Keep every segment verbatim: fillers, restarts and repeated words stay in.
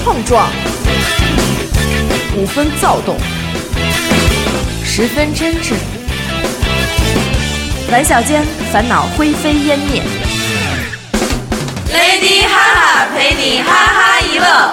碰撞，五分躁动，十分真挚。玩笑间，烦恼灰飞烟灭。 Lady 哈哈陪你哈哈一乐。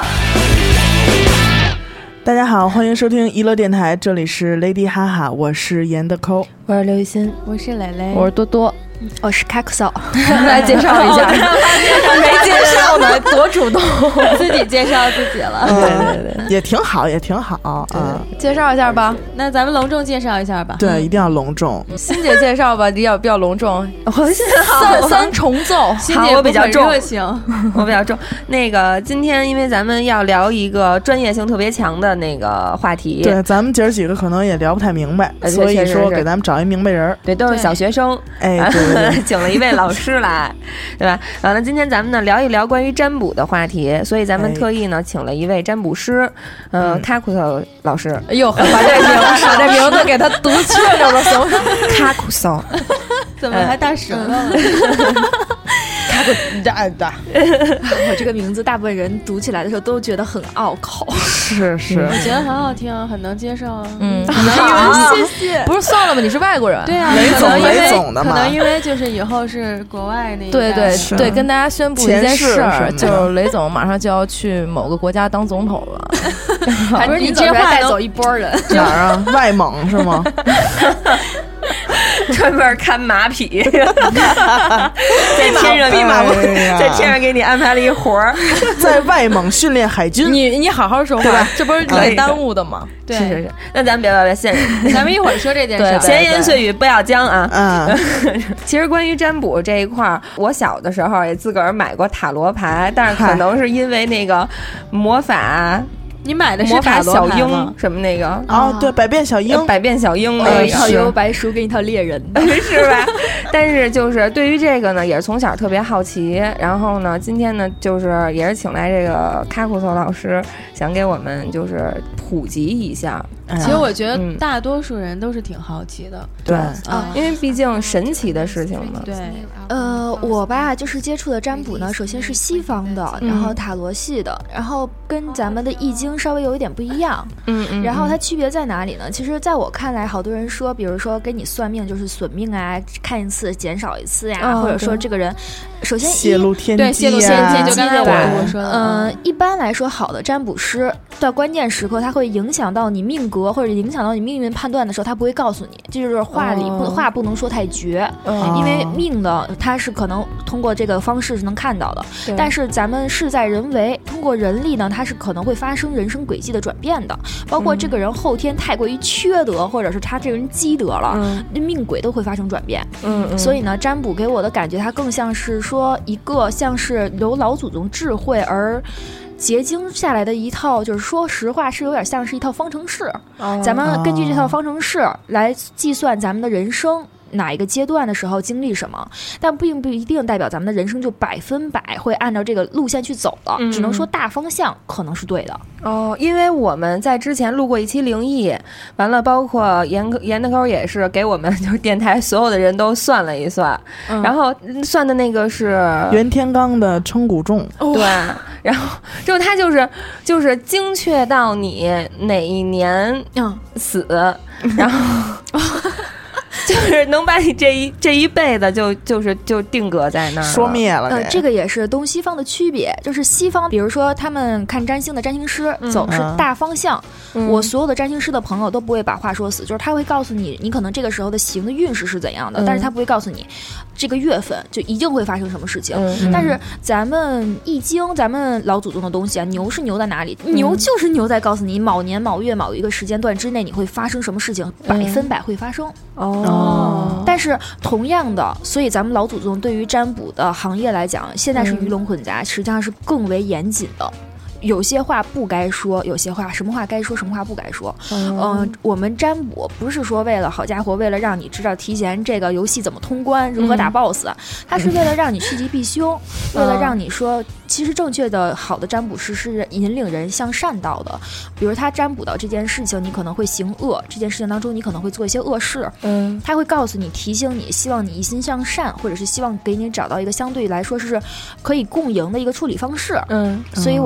大家好，欢迎收听娱乐电台，这里是 Lady 哈哈，我是严的抠， 我是刘雨欣， 我是蕾蕾， 我是多多， 我是开口嫂。 来介绍一下， 没介绍呢，多主动，自己介绍自己了。 对对对，也挺好，也挺好啊、嗯。 介绍一下吧，那咱们隆重介绍一下吧。 对，一定要隆重。 欣姐介绍吧，比较比较隆重。 我三三重奏，欣姐我比较重， 热情， 我比较重。那个今天因为咱们要聊一个专业性特别强的那个话题， 对，咱们姐儿几个可能也聊不太明白，所以说给咱们找一明白人。 对，都是小学生。 哎，对对对， 请了一位老师来，对吧？完了，今天咱们呢聊一聊关于占卜的话题，所以咱们特意呢、哎、请了一位占卜师，呃，卡库索老师。 哎呦，把这名把这名字给他读错了吧？行吗？ 卡库索， 怎么还大舌头了？ 卡库哒哒。 我这个名字，大部分人读起来的时候都觉得很拗口。 是是， 我觉得很好听，很能接受啊。 嗯， 可能因为谢谢。 不是算了吗？你是外国人。 对啊， 雷总雷总的嘛。可能因为就是以后是国外那一对对对，跟大家宣布一件事儿，就是雷总马上就要去某个国家当总统了。 还不是你这话带走一波人？ 哪儿啊？外蒙是吗？ 专门看马匹，在天上给马，在天上给你安排了一活儿， 在外蒙训练海军。 你你好好说话，这不是你耽误的吗？ 对， 是是是。那咱们别别别，现咱们一会儿说这件事， 闲言碎语不要僵啊。 嗯， 其实关于占卜这一块儿，我小的时候也自个儿买过塔罗牌，但是可能是因为那个魔法。 你买的是魔法小鹰什么那个哦，对，百变小鹰， 百变小鹰那个， 一套幽游白书跟一套猎人， 是吧？但是就是对于这个呢，也是从小特别好奇。然后呢，今天呢，就是也是请来这个卡库索老师，想给我们就是普及一下。 其实我觉得大多数人都是挺好奇的， 对啊，因为毕竟神奇的事情嘛。 对， 呃，我吧就是接触的占卜呢，首先是西方的，然后塔罗系的，然后跟咱们的易经稍微有一点不一样。 嗯嗯。 然后它区别在哪里呢？其实在我看来，好多人说，比如说给你算命就是损命啊，看一次减少一次呀， 哦、 或者说这个人，首先泄露天机、啊， 对泄露天机，就刚才我我说的， 嗯、呃，一般来说，好的占卜师在关键时刻，他会影响到你命格或者影响到你命运判断的时候，他不会告诉你，这就是话里不、哦、话不能说太绝、哦，因为命的它是可能通过这个方式是能看到的，但是咱们事在人为，通过人力呢，它是可能会发生人生轨迹的转变的，包括这个人后天太过于缺德，或者是他这个人积德了，嗯、命轨都会发生转变。 嗯, 嗯， 所以呢，占卜给我的感觉，它更像是说一个像是由老祖宗智慧而结晶下来的一套，就是说实话是有点像是一套方程式、哦、咱们根据这套方程式来计算咱们的人生哪一个阶段的时候经历什么，但并不一定代表咱们的人生就百分百会按照这个路线去走了、嗯、只能说大方向可能是对的。 哦，因为我们在之前录过一期灵异，完了包括严严的抠也是给我们就是电台所有的人都算了一算、嗯、然后算的那个是袁天罡的称骨重、 哦、对，然后之后他就是就是精确到你哪一年死、嗯、然后就是能把你这一这一辈子就就是就定格在那儿说灭了。 呃，这个也是东西方的区别，就是西方，比如说他们看占星的占星师、嗯、走是大方向、嗯。我所有的占星师的朋友都不会把话说死，就是他会告诉你，你可能这个时候的行的运势是怎样的、嗯，但是他不会告诉你这个月份就一定会发生什么事情。嗯、但是咱们易经，咱们老祖宗的东西啊，牛是牛在哪里？牛就是牛在告诉你卯年卯月某一个时间段之内你会发生什么事情，百分百会发生。 哦。 哦，但是同样的，所以咱们老祖宗对于占卜的行业来讲，现在是鱼龙混杂、嗯，实际上是更为严谨的。有些话不该说，有些话什么话该说，什么话不该说。嗯、呃，我们占卜不是说为了好家伙，为了让你知道提前这个游戏怎么通关，如何打 boss，、嗯、它是为了让你趋吉避凶，嗯、为了让你说，其实正确的好的占卜师是引领人向善道的。比如他占卜到这件事情，你可能会行恶，这件事情当中你可能会做一些恶事，嗯，他会告诉你，提醒你，希望你一心向善，或者是希望给你找到一个相对来说是可以共赢的一个处理方式。嗯，所以我觉得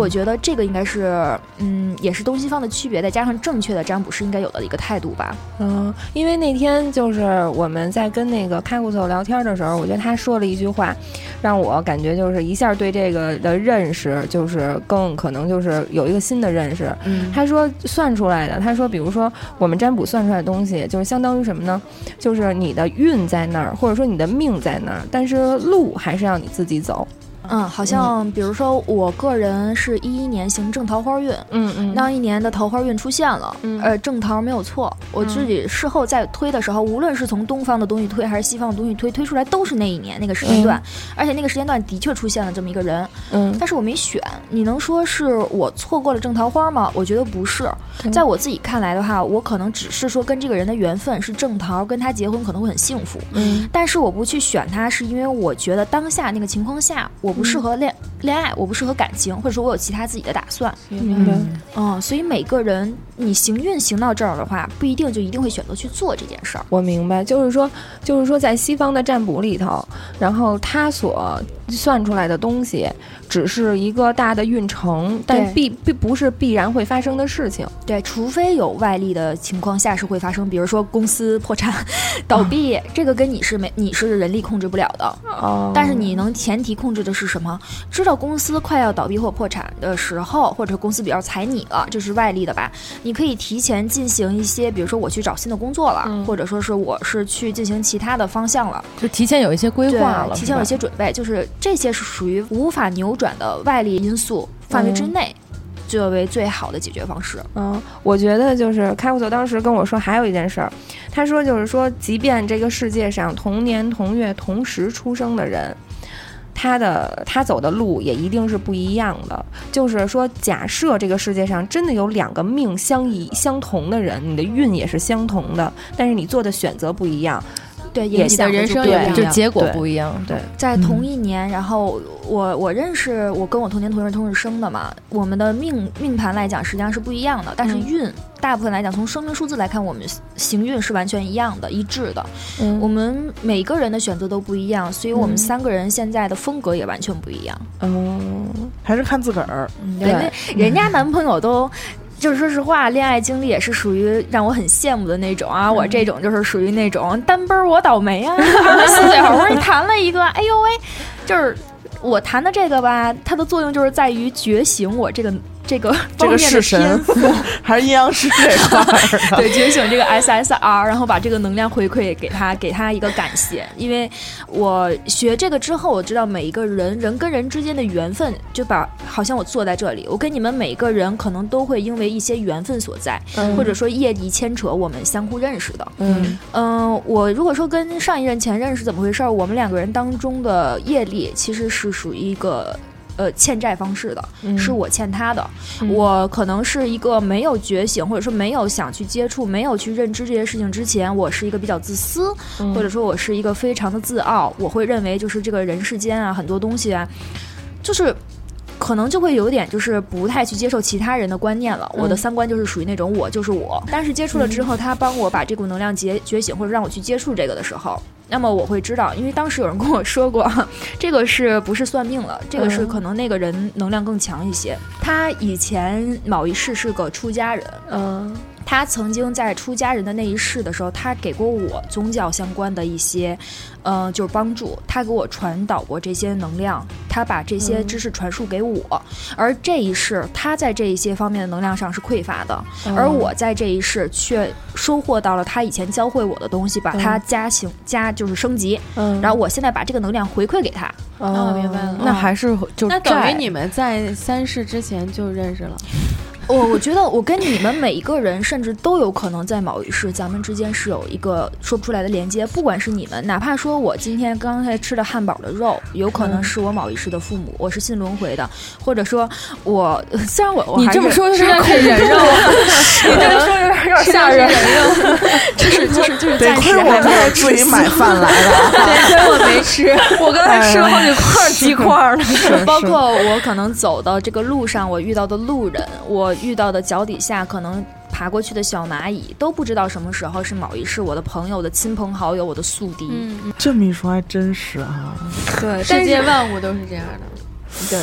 这个应该是嗯，也是东西方的区别，再加上正确的占卜师应该有的一个态度吧。 嗯，因为那天就是我们在跟那个开库索聊天的时候，我觉得他说了一句话，让我感觉就是一下对这个的认识就是更可能就是有一个新的认识。嗯，他说算出来的，他说比如说我们占卜算出来的东西，就是相当于什么呢？就是你的运在那儿，或者说你的命在那儿，但是路还是要你自己走。 嗯，好像比如说我个人是一一年行正桃花运，嗯嗯，那一年的桃花运出现了，嗯，呃，正桃没有错。我自己事后在推的时候，无论是从东方的东西推还是西方的东西推，推出来都是那一年那个时间段，嗯、而且那个时间段的确出现了这么一个人，嗯，但是我没选。你能说是我错过了正桃花吗？我觉得不是，嗯、在我自己看来的话，我可能只是说跟这个人的缘分是正桃，跟他结婚可能会很幸福，嗯，但是我不去选他，是因为我觉得当下那个情况下我。不适合恋恋爱，我不适合感情，或者说我有其他自己的打算。 明白。 嗯，所以每个人你行运行到这儿的话，不一定就一定会选择去做这件事儿。 我明白，就是说，就是说，在西方的占卜里头，然后他所算出来的东西，只是一个大的运程，但必必不是必然会发生的事情。 对，除非有外力的情况下是会发生，比如说公司破产、倒闭，哦、这个跟你是没你是人力控制不了的。哦。但是你能前提控制的是什么？知道公司快要倒闭或破产的时候，或者公司比较裁你了，这是外力的吧？你可以提前进行一些，比如说我去找新的工作了，嗯、或者说是我是去进行其他的方向了， 就提前有一些规划了， 提前有一些准备，就是这些是属于无法扭转的外力因素范围之内。嗯作为最好的解决方式。 嗯，我觉得就是开库索当时跟我说还有一件事儿，他说就是说，即便这个世界上同年同月同时出生的人，他的他走的路也一定是不一样的。就是说，假设这个世界上真的有两个命相异相同的人，你的运也是相同的，但是你做的选择不一样。 对， 也你的人生也就结果不一样。 对， 在同一年，嗯、然后我我认识我跟我同年同月同日生的嘛，我们的命命盘来讲实际上是不一样的，但是运、嗯、大部分来讲，从生辰数字来看，我们行运是完全一样的，一致的。嗯，我们每个人的选择都不一样，所以我们三个人现在的风格也完全不一样。 嗯，还是看自个儿。 嗯、对，人家男朋友都。就是说实话，恋爱经历也是属于让我很羡慕的那种啊！嗯、我这种就是属于那种单奔我倒霉啊！二十四岁好不容易谈了一个，哎呦喂，就是我谈的这个吧，它的作用就是在于觉醒我这个。这个这个是神还是阴阳师这块儿？ 对，觉醒这个 S S R， 然后把这个能量回馈给他，给他一个感谢。因为我学这个之后，我知道每一个人人跟人之间的缘分，就把好像我坐在这里，我跟你们每个人可能都会因为一些缘分所在，嗯、或者说业力牵扯，我们相互认识的。嗯嗯、呃，我如果说跟上一任前任是怎么回事，我们两个人当中的业力其实是属于一个。呃，欠债方式的，嗯、是我欠他的。嗯、我可能是一个没有觉醒，或者说没有想去接触、没有去认知这些事情之前，我是一个比较自私，嗯、或者说我是一个非常的自傲。我会认为就是这个人世间啊，很多东西啊，就是可能就会有点就是不太去接受其他人的观念了。嗯、我的三观就是属于那种我就是我。但是接触了之后，他帮我把这股能量觉觉醒，或者让我去接触这个的时候。那么我会知道，因为当时有人跟我说过，这个是不是算命了？这个是可能那个人能量更强一些。嗯、他以前某一世是个出家人，嗯，他曾经在出家人的那一世的时候，他给过我宗教相关的一些，呃，就是帮助。他给我传导过这些能量，他把这些知识传输给我。嗯、而这一世，他在这一些方面的能量上是匮乏的，嗯、而我在这一世却收获到了他以前教会我的东西，把它加行加。就是升级，嗯，然后我现在把这个能量回馈给他。 哦，明白了。 那还是就那等于你们在三世之前就认识了。 我我觉得我跟你们每一个人，甚至都有可能在某一世，咱们之间是有一个说不出来的连接。不管是你们，哪怕说我今天刚才吃的汉堡的肉，有可能是我某一世的父母，我是信轮回的，或者说我虽然我我你这么说有点恐怖，你这么说有点有点吓人， 就是就是就是暂时还没有自己买饭来了， 对，所以我没吃，我刚才吃了好几块鸡块呢。 包括我可能走到这个路上，我遇到的路人，我。遇到的脚底下可能爬过去的小蚂蚁，都不知道什么时候是某一世我的朋友的亲朋好友，我的宿敌。嗯， 这么一说还真是啊。 对，世界万物都是这样的。 对，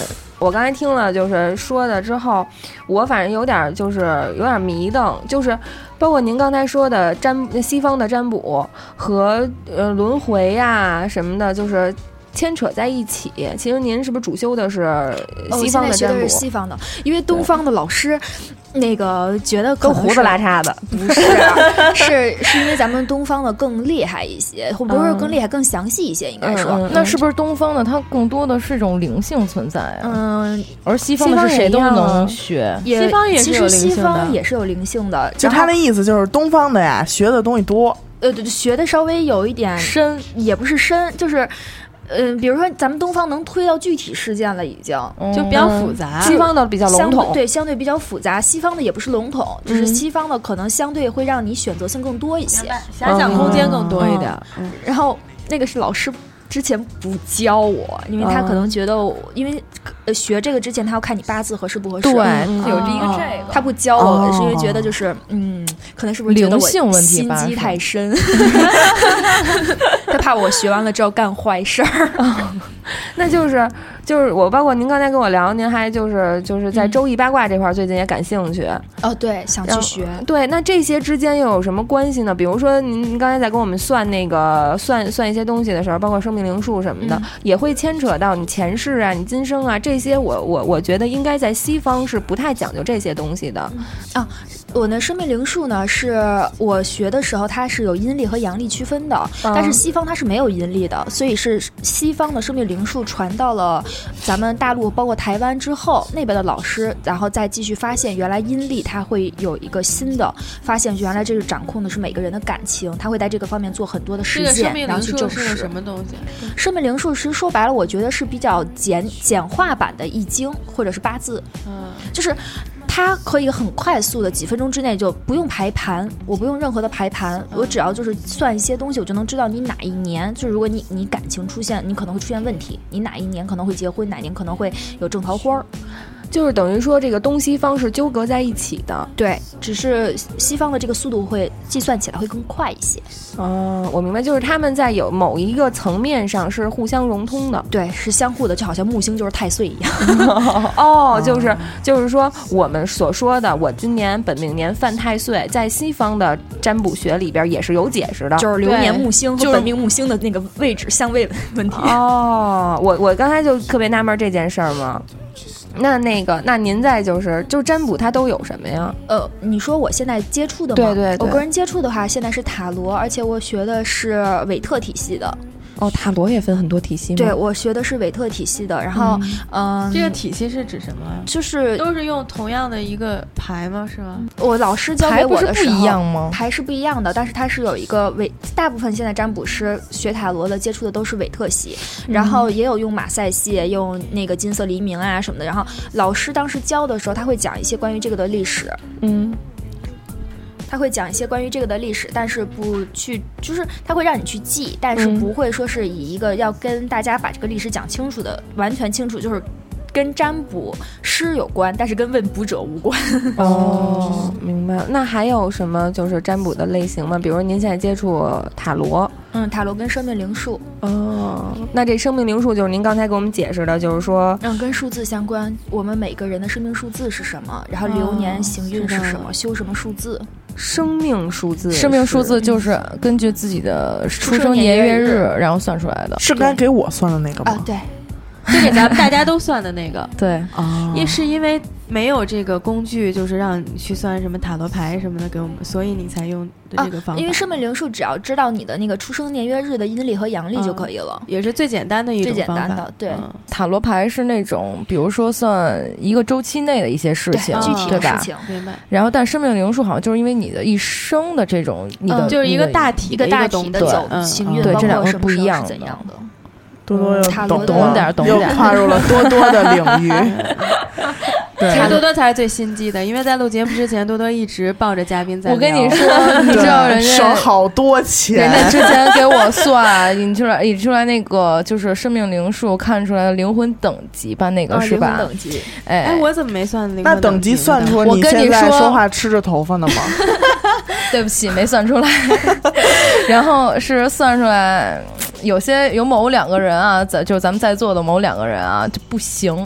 我刚才听了就是说的之后，我反正有点就是有点迷瞪，就是包括您刚才说的占西方的占卜和呃轮回呀、啊、什么的，就是牵扯在一起。其实您是不是主修的是西方的占卜？ 哦、现在学的是西方的，因为东方的老师那个觉得都胡子拉碴的， 不是，是是因为咱们东方的更厉害一些，或不是更厉害，更详细一些，应该说。 嗯嗯、那是不是东方的它更多的是一种灵性存在啊？ 嗯， 而西方的是谁都能学， 也西方也是有灵性的。 其实西方也是有灵性的， 就他的意思就是东方的呀，学的东西多， 呃，学的稍微有一点深， 也不是深，就是。嗯，比如说咱们东方能推到具体事件了，已经、 嗯、就比较复杂。 西方的比较笼统， 对，相对比较复杂。西方的也不是笼统，只是西方的可能相对会让你选择性更多一些， 遐想空间更多一点。 嗯嗯、然后那个是老师之前不教我，因为他可能觉得我，嗯、因为学这个之前他要看你八字合适不合适， 对， 嗯、 有这一个这个， 他不教我，哦、是因为觉得就是嗯，可能是不是觉得我心机太深，他怕我学完了之后干坏事儿。 那就是就是我包括您刚才跟我聊，您还就是就是在周易八卦这块最近也感兴趣、 嗯、哦，对，想去学。 对，那这些之间又有什么关系呢？比如说您您刚才在跟我们算那个算算一些东西的时候，包括生命灵数什么的、嗯，也会牵扯到你前世啊、你今生啊这些我。我我我觉得应该在西方是不太讲究这些东西的、 嗯、啊。我的生命灵数呢，是我学的时候它是有阴历和阳历区分的、嗯，但是西方它是没有阴历的，所以是西方的生命灵数传到了咱们大陆，包括台湾之后，那边的老师，然后再继续发现原来阴历它会有一个新的发现，原来这个掌控的是每个人的感情，它会在这个方面做很多的实践，然后去证实。 什么东西？ 生命灵数是说白了，我觉得是比较简简化版的易经或者是八字，嗯，就是。它可以很快速的几分钟之内就不用排盘，我不用任何的排盘、嗯、我只要就是算一些东西，我就能知道你哪一年，就是如果你你感情出现，你可能会出现问题，你哪一年可能会结婚，哪一年可能会有正桃花， 就是等于说这个东西方是纠葛在一起的。 对，只是西方的这个速度会计算起来会更快一些。 哦，我明白，就是他们在有某一个层面上是互相融通的。 对，是相互的，就好像木星就是太岁一样。 哦，就是就是说我们所说的我今年本命年犯太岁，在西方的占卜学里边也是有解释的， 就是流年木星和本命木星的那个位置相位问题。 哦，我我刚才就特别纳闷这件事儿嘛。那那个，那您在就是就占卜它都有什么呀？ 呃，你说我现在接触的吗？ 对对对， 我个人接触的话，现在是塔罗，而且我学的是韦特体系的。 哦，塔罗也分很多体系吗？ 对，我学的是韦特体系的。然后，嗯， 呃、这个体系是指什么？ 就是都是用同样的一个牌吗？是吗？ 我老师教给我的时候， 牌不是不一样吗？ 牌是不一样的，但是它是有一个韦，大部分现在占卜师学塔罗的接触的都是韦特系，嗯、然后也有用马赛系，用那个金色黎明啊什么的。然后老师当时教的时候，他会讲一些关于这个的历史。嗯。他会讲一些关于这个的历史，但是不去，就是他会让你去记，但是不会说是以一个要跟大家把这个历史讲清楚的，完全清楚，就是跟占卜师有关，但是跟问卜者无关。 哦，明白。那还有什么就是占卜的类型吗？比如您现在接触塔罗， 嗯，塔罗跟生命灵数。 哦，那这生命灵数就是您刚才给我们解释的，就是说， 嗯，跟数字相关，我们每个人的生命数字是什么，然后流年行运是什么，哦、修什么数字。 生命数字， 生命数字就是根据自己的出生年月日，然后算出来的。 是该给我算的那个吗？ 啊，对， 就给咱们大家都算的那个。 对， 哦，也是因为没有这个工具，就是让你去算什么塔罗牌什么的给我们，所以你才用的这个方法。 啊、因为生命灵数只要知道你的那个出生年月日的阴历和阳历就可以了， 嗯、也是最简单的一种方法。 最简单的，对、 嗯。塔罗牌是那种，比如说算一个周期内的一些事情， 具体的事情， 明白。 然后，但生命灵数好像就是因为你的一生的这种，你的、 嗯、就是一个大体一个大体的走行运， 对，这两个是不一样的。 怎样的？ 多多又懂懂点，懂点， 又跨入了多多的领域。 对，多多才是最心机的，因为在录节目之前，多多一直抱着嘉宾在聊。 我跟你说，你知道人家省好多钱， 人家之前给我算引出来，引出来那个就是生命灵数看出来的灵魂等级吧，那个、 啊、 是吧？ 灵魂等级， 哎哎，我怎么没算灵魂等级？那等级算出你现在说话吃着头发呢吗？ 对不起，没算出来。然后是算出来，有些有某两个人啊，在就是咱们在座的某两个人啊就不行。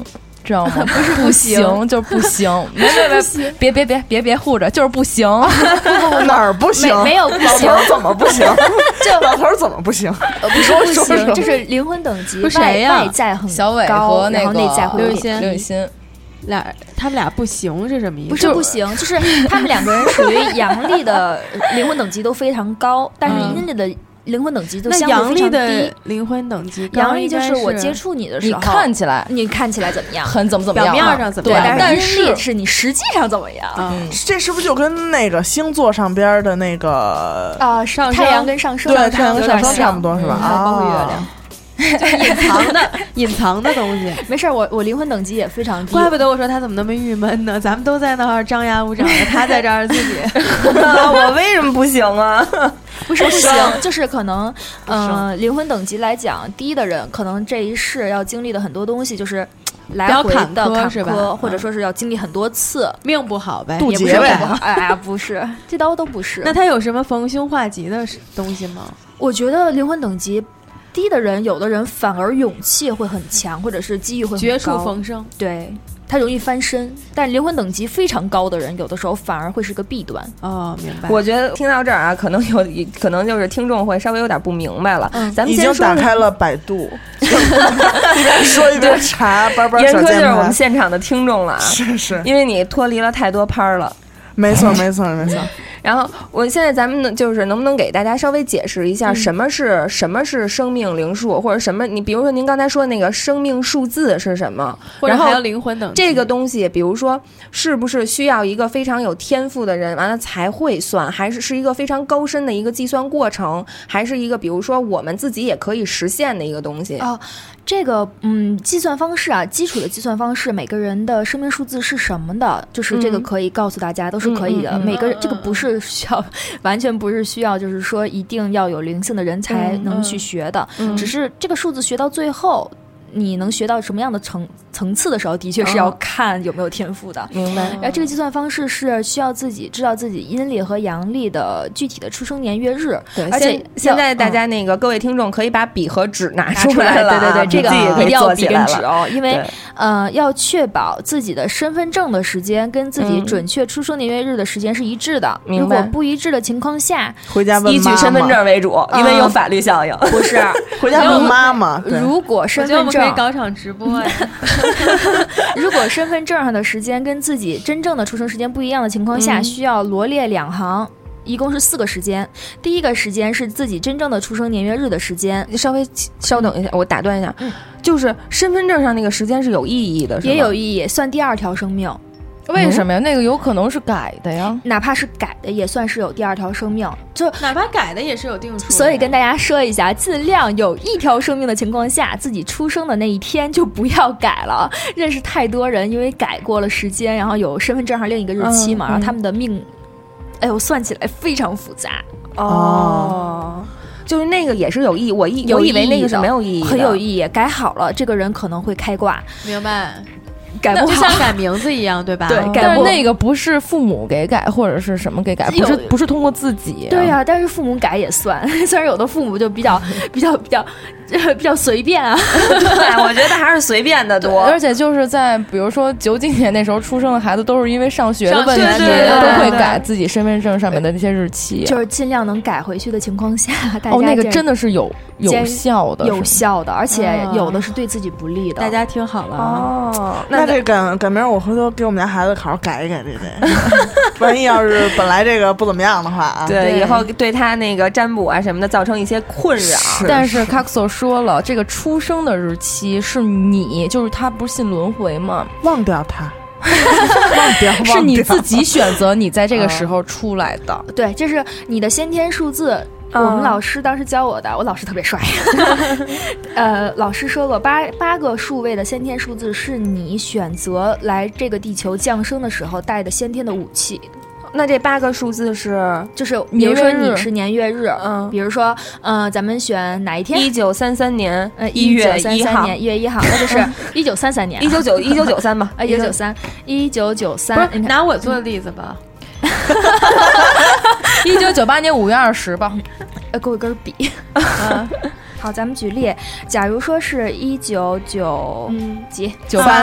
知道吗？不是不行，就是不行。别别别别别别别护着，就是不行。 哪儿不行？ 没没有不行， 老头怎么不行？这老头怎么不行？ 呃，不是不行，这是灵魂等级， 不是谁呀？ 外在很高， 小伟和那个然后内在会刘雨欣， 刘雨欣。 俩他们俩不行是什么意思？ 不是不行，就是他们两个人属于阳历的灵魂等级都非常高，但是阴历的灵魂等级都相对非常低。 阳历的灵魂等级高， 阳历就是我接触你的时候， 你看起来你看起来怎么样？ 很怎么怎么样？ 表面上怎么样？ 对， 但是阴历是你实际上怎么样？ 嗯，这是不是就跟那个星座上边的那个啊，上太阳跟上升， 对，太阳跟上升差不多是吧？ 啊，包括月亮。就是隐藏的隐藏的东西， 没事，我我灵魂等级也非常低， 怪不得我说他怎么那么郁闷呢？咱们都在那儿张牙舞爪的，他在这儿自己，我为什么不行啊？ 不是不行，就是可能，嗯、呃，灵魂等级来讲，低的人可能这一世要经历的很多东西就是。来回的坎坷，或者说是要经历很多次， 命不好呗， 渡劫呗。哎呀，不是，这刀都不是。 那他有什么逢凶化吉的东西吗？ 我觉得灵魂等级低的人，有的人反而勇气会很强，或者是机遇会很高， 绝处逢生。 对，他容易翻身。但灵魂等级非常高的人，有的时候反而会是个弊端。 哦，明白。 我觉得听到这儿啊，可能有，可能就是听众会稍微有点不明白了。 嗯， 咱们已经打开了百度，一边说一边查，叭叭。 严科就是我们现场的听众了啊， 是是， 因为你脱离了太多拍了。 没错，没错，没错。 然后，我现在咱们就是能不能给大家稍微解释一下什么是、嗯、什么是生命灵数，或者什么？你比如说您刚才说的那个生命数字是什么？ 或者还有灵魂等级这个东西，比如说是不是需要一个非常有天赋的人完了才会算，还是是一个非常高深的一个计算过程，还是一个比如说我们自己也可以实现的一个东西？ 哦，这个嗯，计算方式啊，基础的计算方式，每个人的生命数字是什么的，就是这个可以告诉大家，都是可以的。 嗯、 每个人、嗯、这个不是需要，完全不是需要，就是说一定要有灵性的人才能去学的， 嗯、 只是这个数字学到最后。你能学到什么样的层层次的时候，的确是要看有没有天赋的。 明白。 然后这个计算方式是需要自己知道自己阴历和阳历的具体的出生年月日。 对， 而且现在大家那个、嗯、各位听众可以把笔和纸拿出来了。 对对对，这个一定要笔跟纸哦，因为呃要确保自己的身份证的时间跟自己准确出生年月日的时间是一致的。 嗯、 如果不一致的情况下， 回家问妈妈， 依据身份证为主，因为有法律效应。 嗯、不是， 回家问妈妈。 如果身份证。 可以搞场直播呀！ 如果身份证上的时间跟自己真正的出生时间不一样的情况下，嗯、需要罗列两行，一共是四个时间。第一个时间是自己真正的出生年月日的时间。 稍微稍等一下，我打断一下，嗯、就是身份证上那个时间是有意义的，是吧？ 也有意义，算第二条生命。 为什么呀？那个有可能是改的呀， 哪怕是改的，也算是有第二条生命。就哪怕改的也是有定数。 所以跟大家说一下，尽量有一条生命的情况下，自己出生的那一天就不要改了。认识太多人，因为改过了时间，然后有身份证上另一个日期嘛，嗯、然后他们的命，哎呦，算起来非常复杂。 哦。就是那个也是有意义，我以我以为那个是没有意义的， 很有意义。改好了，这个人可能会开挂。 明白。 改不好就像改名字一样，对吧？ 对， 但是那个不是父母给改，或者是什么给改，不是不是通过自己、啊。 对呀、啊，但是父母改也算。虽然有的父母就比较比较比较比较随便啊， 对，我觉得还是随便的多。 而且就是在比如说九几年那时候出生的孩子，都是因为上学的问题， 对对对对都会改自己身份证上面的那些日期、啊， 就是尽量能改回去的情况下，大家哦，那个真的是有有效的， 有效的，而且有的是对自己不利的。 大家听好了哦， 那这改改名，我回头给我们家孩子好好改一改这得，万一要是本来这个不怎么样的话啊， 对，对以后对他那个占卜啊什么的造成一些困扰。 但是卡克索说了，这个出生的日期是你，就是他不是信轮回吗？ 忘掉他。忘掉是你自己选择你在这个时候出来的、 嗯、对，这是你的先天数字、嗯、我们老师当时教我的，我老师特别帅呃，老师说过八八个数位的先天数字是你选择来这个地球降生的时候带的先天的武器。 那这八个数字是， 就是比如说你是年月日，嗯，比如说，嗯、呃，咱们选哪一天？ 一九三三年， 呃， 一月一号， 年一月一号，那就是一九三三年， 一九九一九九三吧， 啊，一九九三，一九九三， 拿我做的例子吧， 一九九八年五月二十吧， 呃，给我一根笔，嗯。好，咱们举例，假如说是一九九几九八。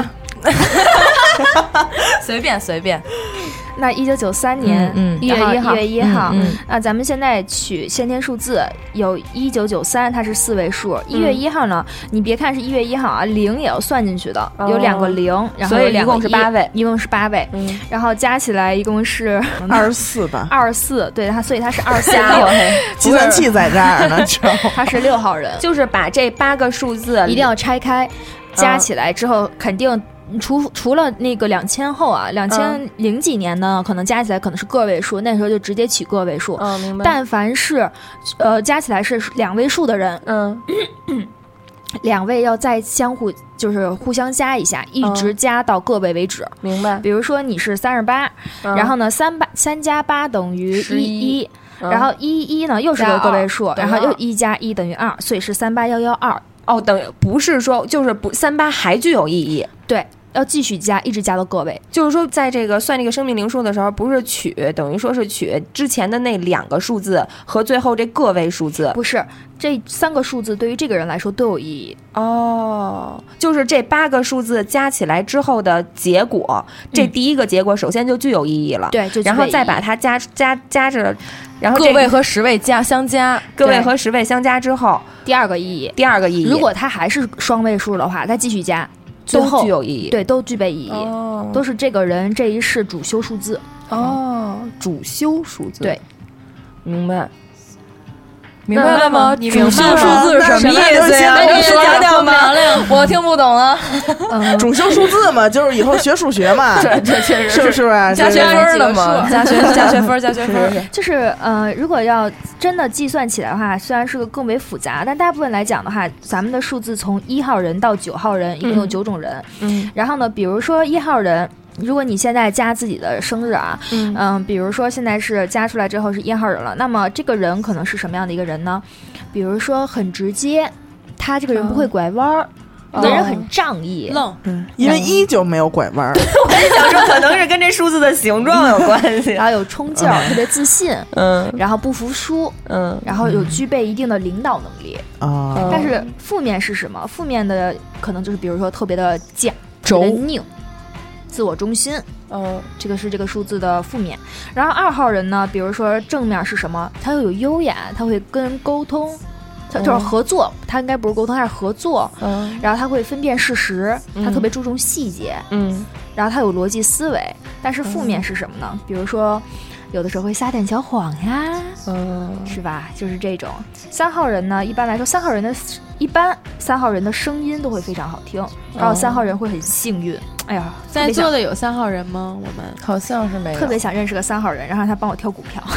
随便随便。 那一九九三年一月一号，一月一号，那咱们现在取先天数字，有一九九三，它是四位数。一月一号呢，你别看是一月一号啊，零也要算进去的，有两个零，然后所以一共是八位， 一共是八位，然后加起来一共是二十四吧， 二十四，对它，所以它是二四六。 计算器在这儿呢，知道吗？ 它是六号人， 就是把这八个数字一定要拆开，加起来之后肯定。除除了那个两千后啊，两千零几年呢，嗯、可能加起来可能是个位数，那时候就直接取个位数。 嗯，明白。 但凡是，呃，加起来是两位数的人， 嗯， 两位要再相互就是互相加一下，一直加到个位为止。 嗯、明白。 比如说你是三十八，然后呢，三八三加八等于一一，然后一一呢又是个个位数，然后又一加一等于二，所以是三八幺幺二。 哦，等于不是说就是不三八还具有意义， 对，要继续加，一直加到个位。 就是说，在这个算这个生命灵数的时候，不是取，等于说是取之前的那两个数字和最后这个位数字， 不是这三个数字对于这个人来说都有意义。 哦，就是这八个数字加起来之后的结果，嗯、这第一个结果首先就具有意义了， 对，就然后再把它加加加着。然后个位和十位加相加， 个位和十位相加之后， 第二个意义， 第二个意义， 如果它还是双位数的话，再继续加，最后都具有意义， 对，都具备意义， 哦、 都是这个人这一世主修数字。 哦，主修数字， 对， 明白。 明白了吗？ 你明白主修数字是什么意思呀？ 你说讲讲吧，我听不懂了。 嗯、主修数字嘛，就是以后学数学嘛， 这这确实是不是吧？ 加学分的嘛，加学加学分加学分。 就是呃，如果要真的计算起来的话，虽然是个更为复杂，但大部分来讲的话，咱们的数字从一号人到九号人，一共有九种人。 嗯， 然后呢，比如说一号人。如果你现在加自己的生日啊，嗯、呃，比如说现在是加出来之后是一号人了，那么这个人可能是什么样的一个人呢？比如说很直接，他这个人不会拐弯儿，有的、哦、人很仗义， 愣， 嗯，因为一就没有拐弯。 我也想说，可能是跟这数字的形状有关系。 然后有冲劲儿，嗯、特别自信， 嗯， 然后不服输，嗯，然后有具备一定的领导能力啊。嗯、但是负面是什么？负面的可能就是比如说特别的犟、特别拧。自我中心， 嗯， 这个是这个数字的负面。然后二号人呢，比如说正面是什么？他又有优雅，他会跟人沟通，他就是合作。嗯、他应该不是沟通，他是合作。嗯，然后他会分辨事实，他特别注重细节。 嗯， 然后他有逻辑思维。但是负面是什么呢？嗯、比如说，有的时候会撒点小谎呀，嗯，是吧？就是这种。三号人呢，一般来说，三号人的一般三号人的声音都会非常好听，然后三号人会很幸运。哎呀， 在座的有三号人吗？我们好像是没有。 特别想认识个三号人，然后让他帮我挑股票。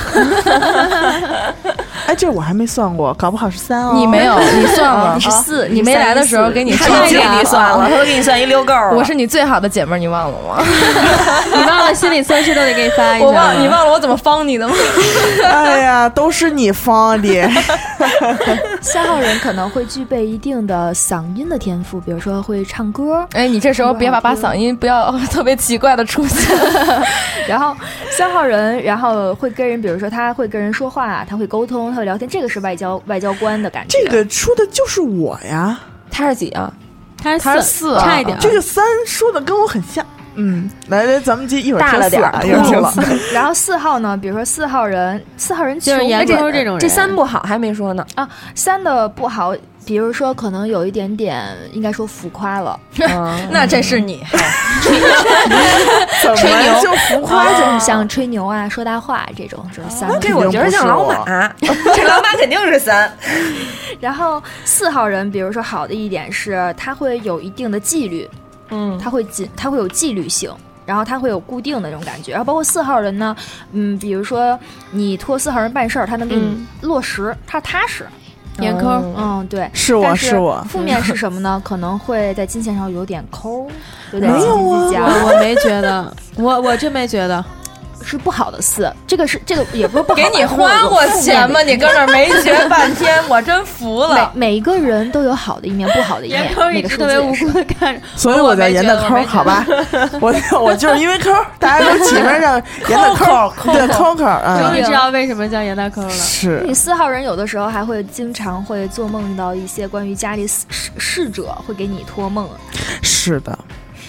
哎，这我还没算过，搞不好是三哦。 你没有，你算了， 你是四。 你没来的时候给你算， 给你算了，他都给你算一溜够。 我是你最好的姐妹，你忘了吗？ 你忘了心理测试都得给你发一下。 我忘，你忘了我怎么方你的吗？ 哎呀，都是你方的。 三号人可能会具备一定的嗓音的天赋，比如说会唱歌。 哎，你这时候别把把嗓音不要特别奇怪的出现。 然后三号人，然后会跟人，比如说他会跟人说话，他会沟通，他会聊天，这个是外交外交官的感觉。 这个说的就是我呀。 他是几啊？ 他是他是四、啊， 差一点。 这个三说的跟我很像。嗯，来来，咱们就一会儿大了点儿， 一会儿了。 然后四号呢，比如说四号人，四号人就是研究这种人， 这三不好还没说呢啊，三的不好。比如说，可能有一点点，应该说浮夸了。 嗯、那这是你， 吹牛就浮夸， 就是像吹牛啊、说大话这种，这是三。 这我觉得像老马，这老马肯定是三。 然后四号人，比如说好的一点是，他会有一定的纪律，嗯，他会纪，他会有纪律性。然后他会有固定的那种感觉，然后包括四号人呢，嗯，比如说你托四号人办事儿，他能给你落实，嗯、他踏实。 严抠， 嗯，对， 是我是我。 负面是什么呢？可能会在金钱上有点抠，有点没有啊， 我没觉得，我我真没觉得。 是不好的四，这个是这个也不是不好。 给你花过钱吗？你搁那没学半天，我真服了。 每每一个人都有好的一面，不好的一面。 严抠一直特别无辜的看着， 所以我叫严大抠，好吧？我我就是因为抠，大家都起名叫严大抠，对抠抠啊。 终于知道为什么叫严大抠了。 是你四号人有的时候还会经常会做梦到一些关于家里死逝者，会给你托梦。 是的。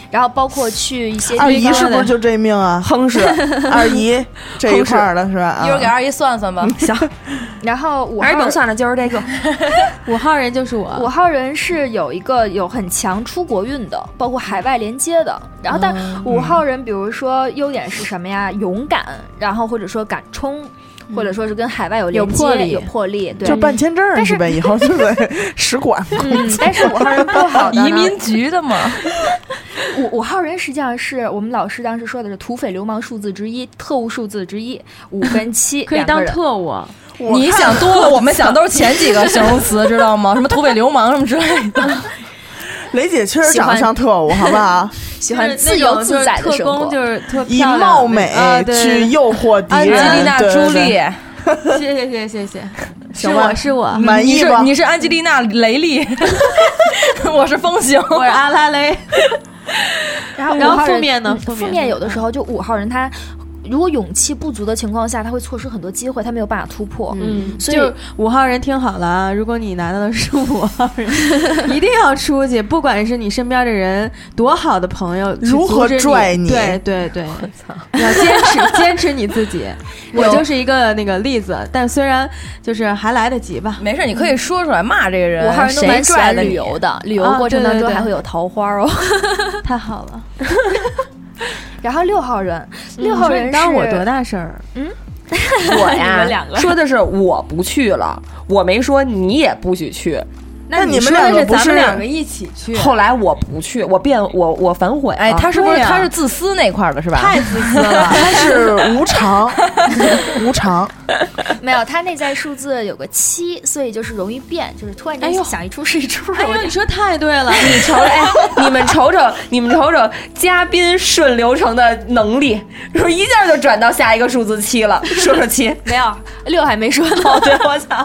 然后包括去一些二姨是不是就这命啊？ 哼是二姨这一块的是吧？ 一会儿给二姨算算吧。 行， 然后五号还是甭算了，就是这个五号人就是我。 五号人是有一个有很强出国运的，包括海外连接的。然后但五号人比如说优点是什么呀？勇敢，然后或者说敢冲。或者说是跟海外有连接，有魄力， 有魄力，对， 就办签证是呗，以后就得使馆。 嗯，但是五号人不好的移民局的嘛。 五五号人实际上是我们老师当时说的是土匪流氓数字之一，特务数字之一，五跟七可以当特务。 你想多了，我们想都是前几个形容词，知道吗？什么土匪流氓什么之类的。 雷姐确实长得像特务，好不好？ 喜欢自由自在的生活， 就是特以貌美去诱惑敌人。 安吉丽娜·朱莉， 谢谢谢谢谢，是我是我， 满意吗？你是安吉丽娜·雷利，我是风行， 我是阿拉蕾。 然后然后负面呢？ 负面有的时候就五号人他。如果勇气不足的情况下，他会错失很多机会，他没有办法突破。 嗯，所以五号人听好了啊！如果你拿到的是五号人，一定要出去，不管是你身边的人多好的朋友， 如何拽你？ 对对对，我操！你要坚持坚持你自己。我就是一个那个例子，但虽然就是还来得及吧。 没事，你可以说出来骂这个人。 五号人都蛮喜欢旅游的，旅游过程当中还会有桃花哦， 太好了。 然后六号人，六号人是当我多大事儿？ 嗯， 我呀，说的是我不去了，我没说你也不许去。 那你们两个不是咱们两个一起去？ 后来我不去，我变我我反悔。 哎，他是不是他是自私那块的是吧？ 太自私了， 他是无常，无常。 没有，他内在数字有个七，所以就是容易变，就是突然间想一出是一出。 哎呦，你说太对了， 你瞅瞅，哎，你们瞅瞅，你们瞅瞅，嘉宾顺流程的能力，是不是一下就转到下一个数字七了？说说七， 没有六还没说呢。 哦，对，我操。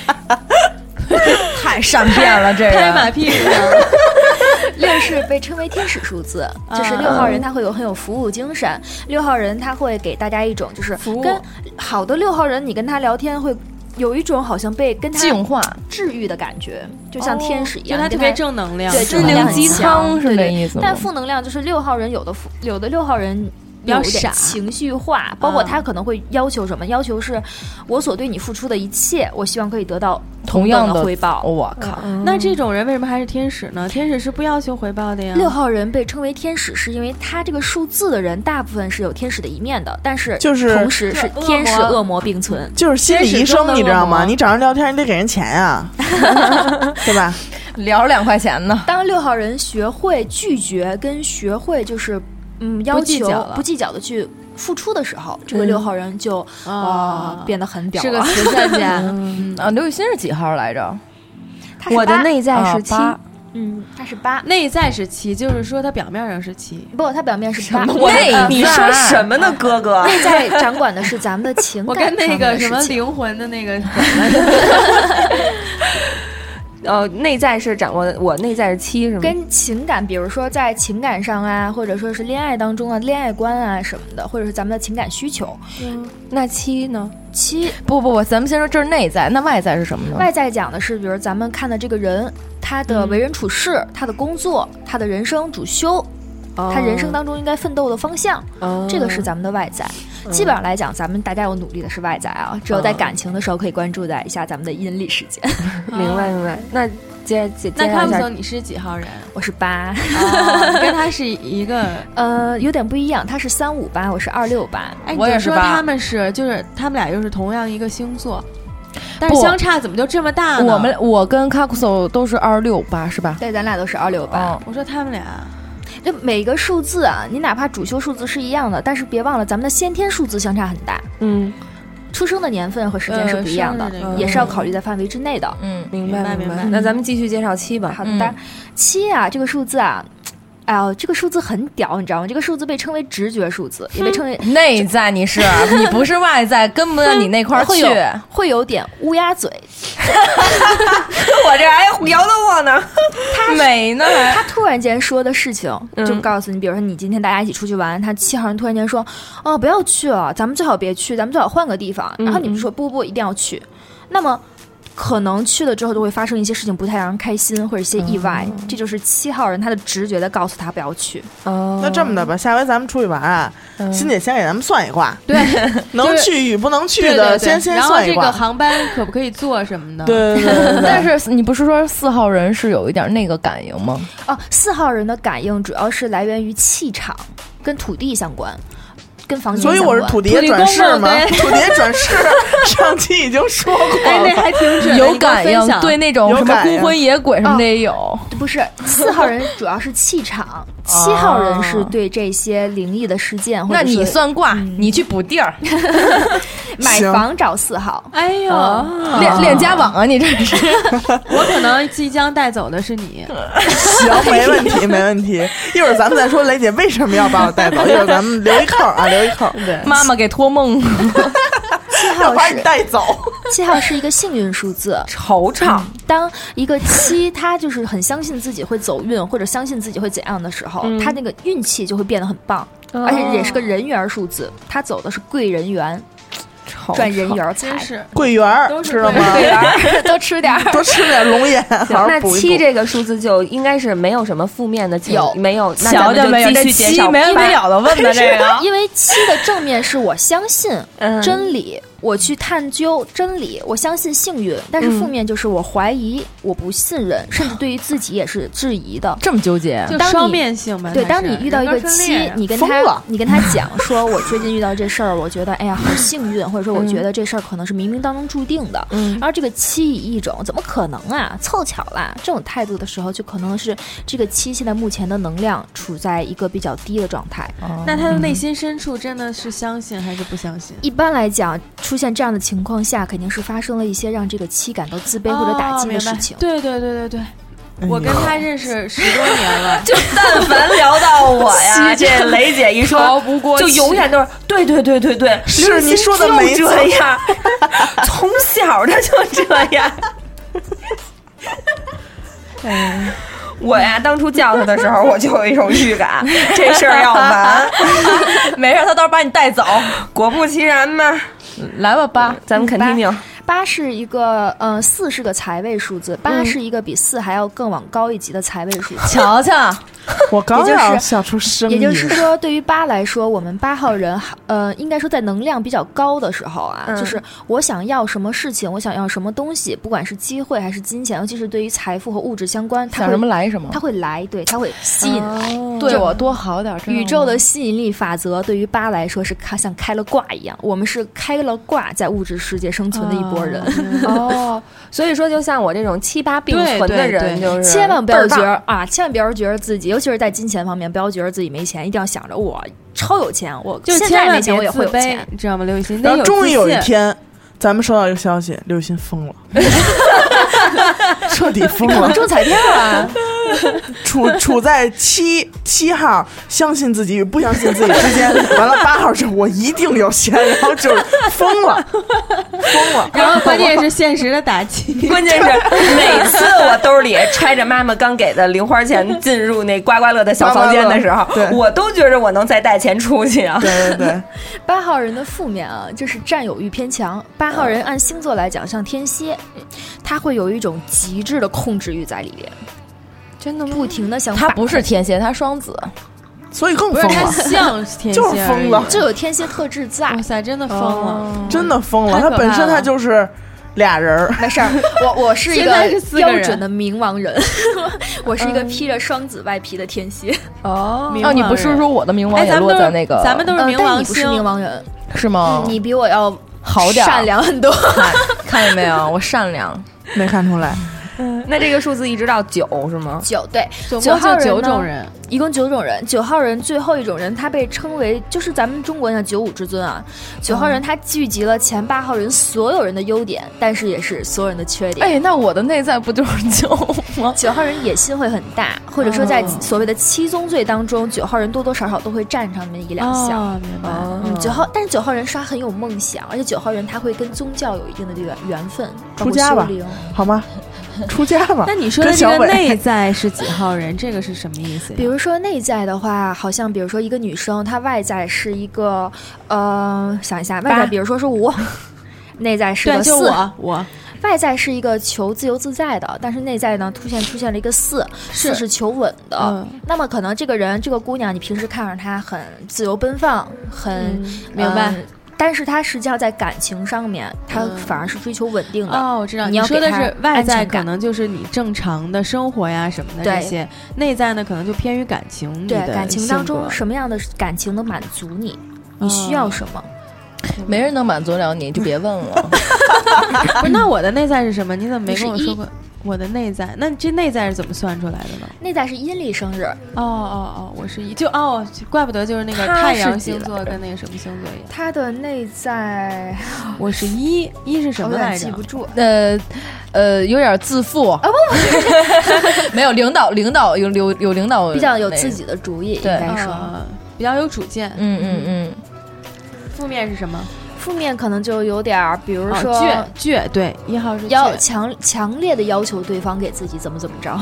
太善变了，这个拍马屁。 六是被称为天使数字，就是六号人他会有很有服务精神。六号人他会给大家一种就是跟好的六号人，你跟他聊天会有一种好像被跟他净化、 治愈的感觉，就像天使一样， 就他特别正能量， 对，正能量鸡汤是这意思。 但负能量就是六号人有的负有的六号人。 比较傻， 情绪化，包括他可能会要求什么？要求是我所对你付出的一切，我希望可以得到同样的回报。 我靠！ 嗯、那这种人为什么还是天使呢？天使是不要求回报的呀。 六号人被称为天使，是因为他这个数字的人大部分是有天使的一面的，但是就是同时是天使恶魔并存， 就是心理医生，你知道吗？你找人聊天，你得给人钱呀、啊，对吧？ 聊两块钱呢。 当六号人学会拒绝跟学会就是嗯要求不计较的去付出的时候，这个六号人就啊、嗯呃、变得很屌了， 是个慈善家。 嗯啊，刘雨欣是几号来着？ 我的内在是七、 啊， 嗯，他是八， 内在是七，就是说他表面上是七， 不，他表面是八。 我你说什么呢，哥哥？ 内在掌管的是咱们的情感， 我跟那个什么灵魂的那个。 呃，内在是掌握我内在是七是吗？ 跟情感，比如说在情感上啊，或者说是恋爱当中啊，恋爱观啊什么的，或者是咱们的情感需求。 嗯，那七呢？ 七不不不，咱们先说这是内在，那外在是什么呢？ 外在讲的是，比如咱们看的这个人，他的为人处事，嗯、他的工作，他的人生主修。他人生当中应该奋斗的方向，哦、这个是咱们的外在。嗯、基本上来讲，咱们大家有努力的是外在啊，只有在感情的时候可以关注在一下咱们的阴历时间。 明白明白。那接接那康总你是几号人？ 我是八， 哦、你跟他是一个呃有点不一样，他是三五八，我是二六八。 哎， 我也是八。他们是就是他们俩又是同样一个星座。但是相差怎么就这么大呢？ 我们我跟卡库索都是二六八，是吧？ 对，咱俩都是二六八。 我说他们俩。 就每个数字啊，你哪怕主修数字是一样的，但是别忘了咱们的先天数字相差很大。 嗯， 出生的年份和时间是不一样的，呃这个、也是要考虑在范围之内的。 嗯，明白明白。那咱们继续介绍七吧。 好的，嗯、七啊，这个数字啊。哎呦，这个数字很屌，你知道吗？这个数字被称为直觉数字，也被称为内在。你是你不是外在，跟不到你那块儿去， 会有点乌鸦嘴。 我这还摇到我呢， 他美呢。 他突然间说的事情，就告诉你，比如说你今天大家一起出去玩，他七号人突然间说，哦，不要去了，咱们最好别去，咱们最好换个地方。然后你们说不不不，一定要去。那么可能去了之后就会发生一些事情不太让人开心或者一些意外，哦、这就是七号人他的直觉在告诉他不要去。 哦，那这么的吧，下回咱们出去玩啊，嗯、欣姐先给咱们算一卦， 对， 能去与不能去的，对对对先先算一卦。 然后这个航班可不可以坐什么的？ 对对 对, 对, 对。 但是你不是说四号人是有一点那个感应吗？ 哦，四号人的感应主要是来源于气场，跟土地相关。跟房间所以我是土地转世吗？土地转世，上期已经说过了， 哎，那还挺准， 有感应，对那种什么孤魂野鬼什么的也有。 哦、不是，四号人主要是气场，七号人是对这些灵异的事件。或者那你算卦，嗯、你去补地儿， 买房找四号。 哎呦， 哦、练练家网啊！你这是， 我可能即将带走的是你。 行，没问题，没问题。一会儿咱们再说雷姐为什么要把我带走。一会儿咱们留一扣啊，留一扣。 对，妈妈给托梦。 七号把你带走。 七号是一个幸运数字， 惆怅。 嗯、当一个七，他就是很相信自己会走运，或者相信自己会怎样的时候，嗯、他那个运气就会变得很棒，哦、而且也是个人缘数字，他走的是贵人缘。赚人缘财是桂圆，知道吗？ 桂圆多吃点， 多吃点龙眼。 那七这个数字就应该是没有什么负面的， 有没有？ 瞧瞧没有？这七没完没了的问的这个， 因为七的正面是我相信真理。嗯我去探究真理，我相信幸运，但是负面就是我怀疑，嗯、我不信任，甚至对于自己也是质疑的。 这么纠结， 就双面性吧。 对，当你遇到一个七，你跟他，你跟他讲说，我最近遇到这事儿，我觉得哎呀好幸运，或者说我觉得这事儿可能是冥冥当中注定的。嗯，然后这个七以一种怎么可能啊，凑巧啦这种态度的时候，就可能是这个七现在目前的能量处在一个比较低的状态。 哦、那他的内心深处真的是相信还是不相信？ 一般来讲。出现这样的情况下，肯定是发生了一些让这个七感到自卑或者打击的事情。 哦、对对对对对，我跟他认识十多年了， 就但凡聊到我呀，这雷姐一说，就永远都是对对对对对， 是你说的没这样，从小的就这样。嗯。我呀，当初叫他的时候，我就有一种预感，这事儿要完。 没事，他到时候把你带走。 果不其然嘛， 来吧，八， 咱们肯听听。 八是一个，呃，四是个财位数字，八是一个比四还要更往高一级的财位数字。 瞧瞧， 我刚要笑出声音。 也就是说，对于八来说，我们八号人，呃，应该说在能量比较高的时候啊，嗯、就是我想要什么事情，我想要什么东西，不管是机会还是金钱，尤其是对于财富和物质相关，它会想什么来什么， 它会来，对，它会吸引来， 哦、对我多好点。 宇宙的吸引力法则对于八来说是开像开了挂一样，我们是开了挂在物质世界生存的一拨人。 哦哦，所以说，就像我这种七八并存的人，就是千万不要觉得啊，千万不要觉得自己，尤其是在金钱方面，不要觉得自己没钱，一定要想着我超有钱，我就现在没钱我也会有钱， 你知道吗？刘雨欣， 然后终于有一天，咱们收到一个消息，刘雨欣疯了，彻底疯了， 中彩票啊！ 处处在七七号相信自己与不相信自己之间，完了八号是我一定有钱，然后就疯了，疯了。 然后关键是现实的打击， 关键是每次我兜里揣着妈妈刚给的零花钱进入那刮刮乐的小房间的时候，我都觉得我能再带钱出去啊。 对对对， 八号人的负面啊，就是占有欲偏强。八号人按星座来讲像天蝎，他会有一种极致的控制欲在里边。真的吗？不停的想， 他不是天蝎，他双子， 所以更疯了。 他像天蝎， 就是疯了， 就有天蝎特质在。 哇塞，真的疯了，哦、 真的疯了。他本身他就是俩人。 没事儿，我我是一个标准的冥王人，我是一个披着双子外皮的天蝎。 哦哦，你不是说我的冥王也落在那个？ 咱们都是冥王星， 你不是冥王人是吗？ 你比我要好点， 善良很多。 看见没有？我善良， 没看出来。 嗯，那这个数字一直到九是吗？ 九对， 九号人九种人， 一共九种人。九号人最后一种人，他被称为就是咱们中国叫九五之尊啊。九号人他聚集了前八号人所有人的优点，但是也是所有人的缺点。 哎，那我的内在不就是九吗？ 九号人野心会很大，或者说在所谓的七宗罪当中，九号人多多少少都会占上面一两项。 哦，明白。 嗯，九号，但是九号人是他很有梦想，而且九号人他会跟宗教有一定的缘缘分。 出家吧，好吗？出家吧。 那你说的这个内在是几号人？这个是什么意思呀？ 比如说内在的话，好像比如说一个女生，她外在是一个呃，想一下，外在比如说是五，内在是个四， 我我外在是一个求自由自在的，但是内在呢出现出现了一个四，四是求稳的。 嗯、 那么可能这个人这个姑娘，你平时看着她很自由奔放，很、 嗯、明白。 嗯但是他实际上在感情上面，他反而是追求稳定的。 嗯、哦，我知道， 你要说的是外在，可能就是你正常的生活呀什么的这些；内在呢，可能就偏于感情。 对，感情当中什么样的感情能满足你？你需要什么？ 哦、 没人能满足了你，就别问了。 不是，那我的内在是什么？你怎么没跟我说过？我的内在，那这内在是怎么算出来的呢？ 内在是阴历生日。 哦哦哦，我是一就哦，怪不得就是那个太阳星座跟那个什么星座一样。 他的内在， 我是一一是什么来着？ 记不住。 呃呃，有点自负。啊、哦、不，没有领导，领导有有有领导， 比较有自己的主意，应该说、 呃、比较有主见。 嗯嗯嗯。 负面是什么？ 负面可能就有点，比如说、 哦、倔倔，对，一号是要强强烈的要求对方给自己怎么怎么着。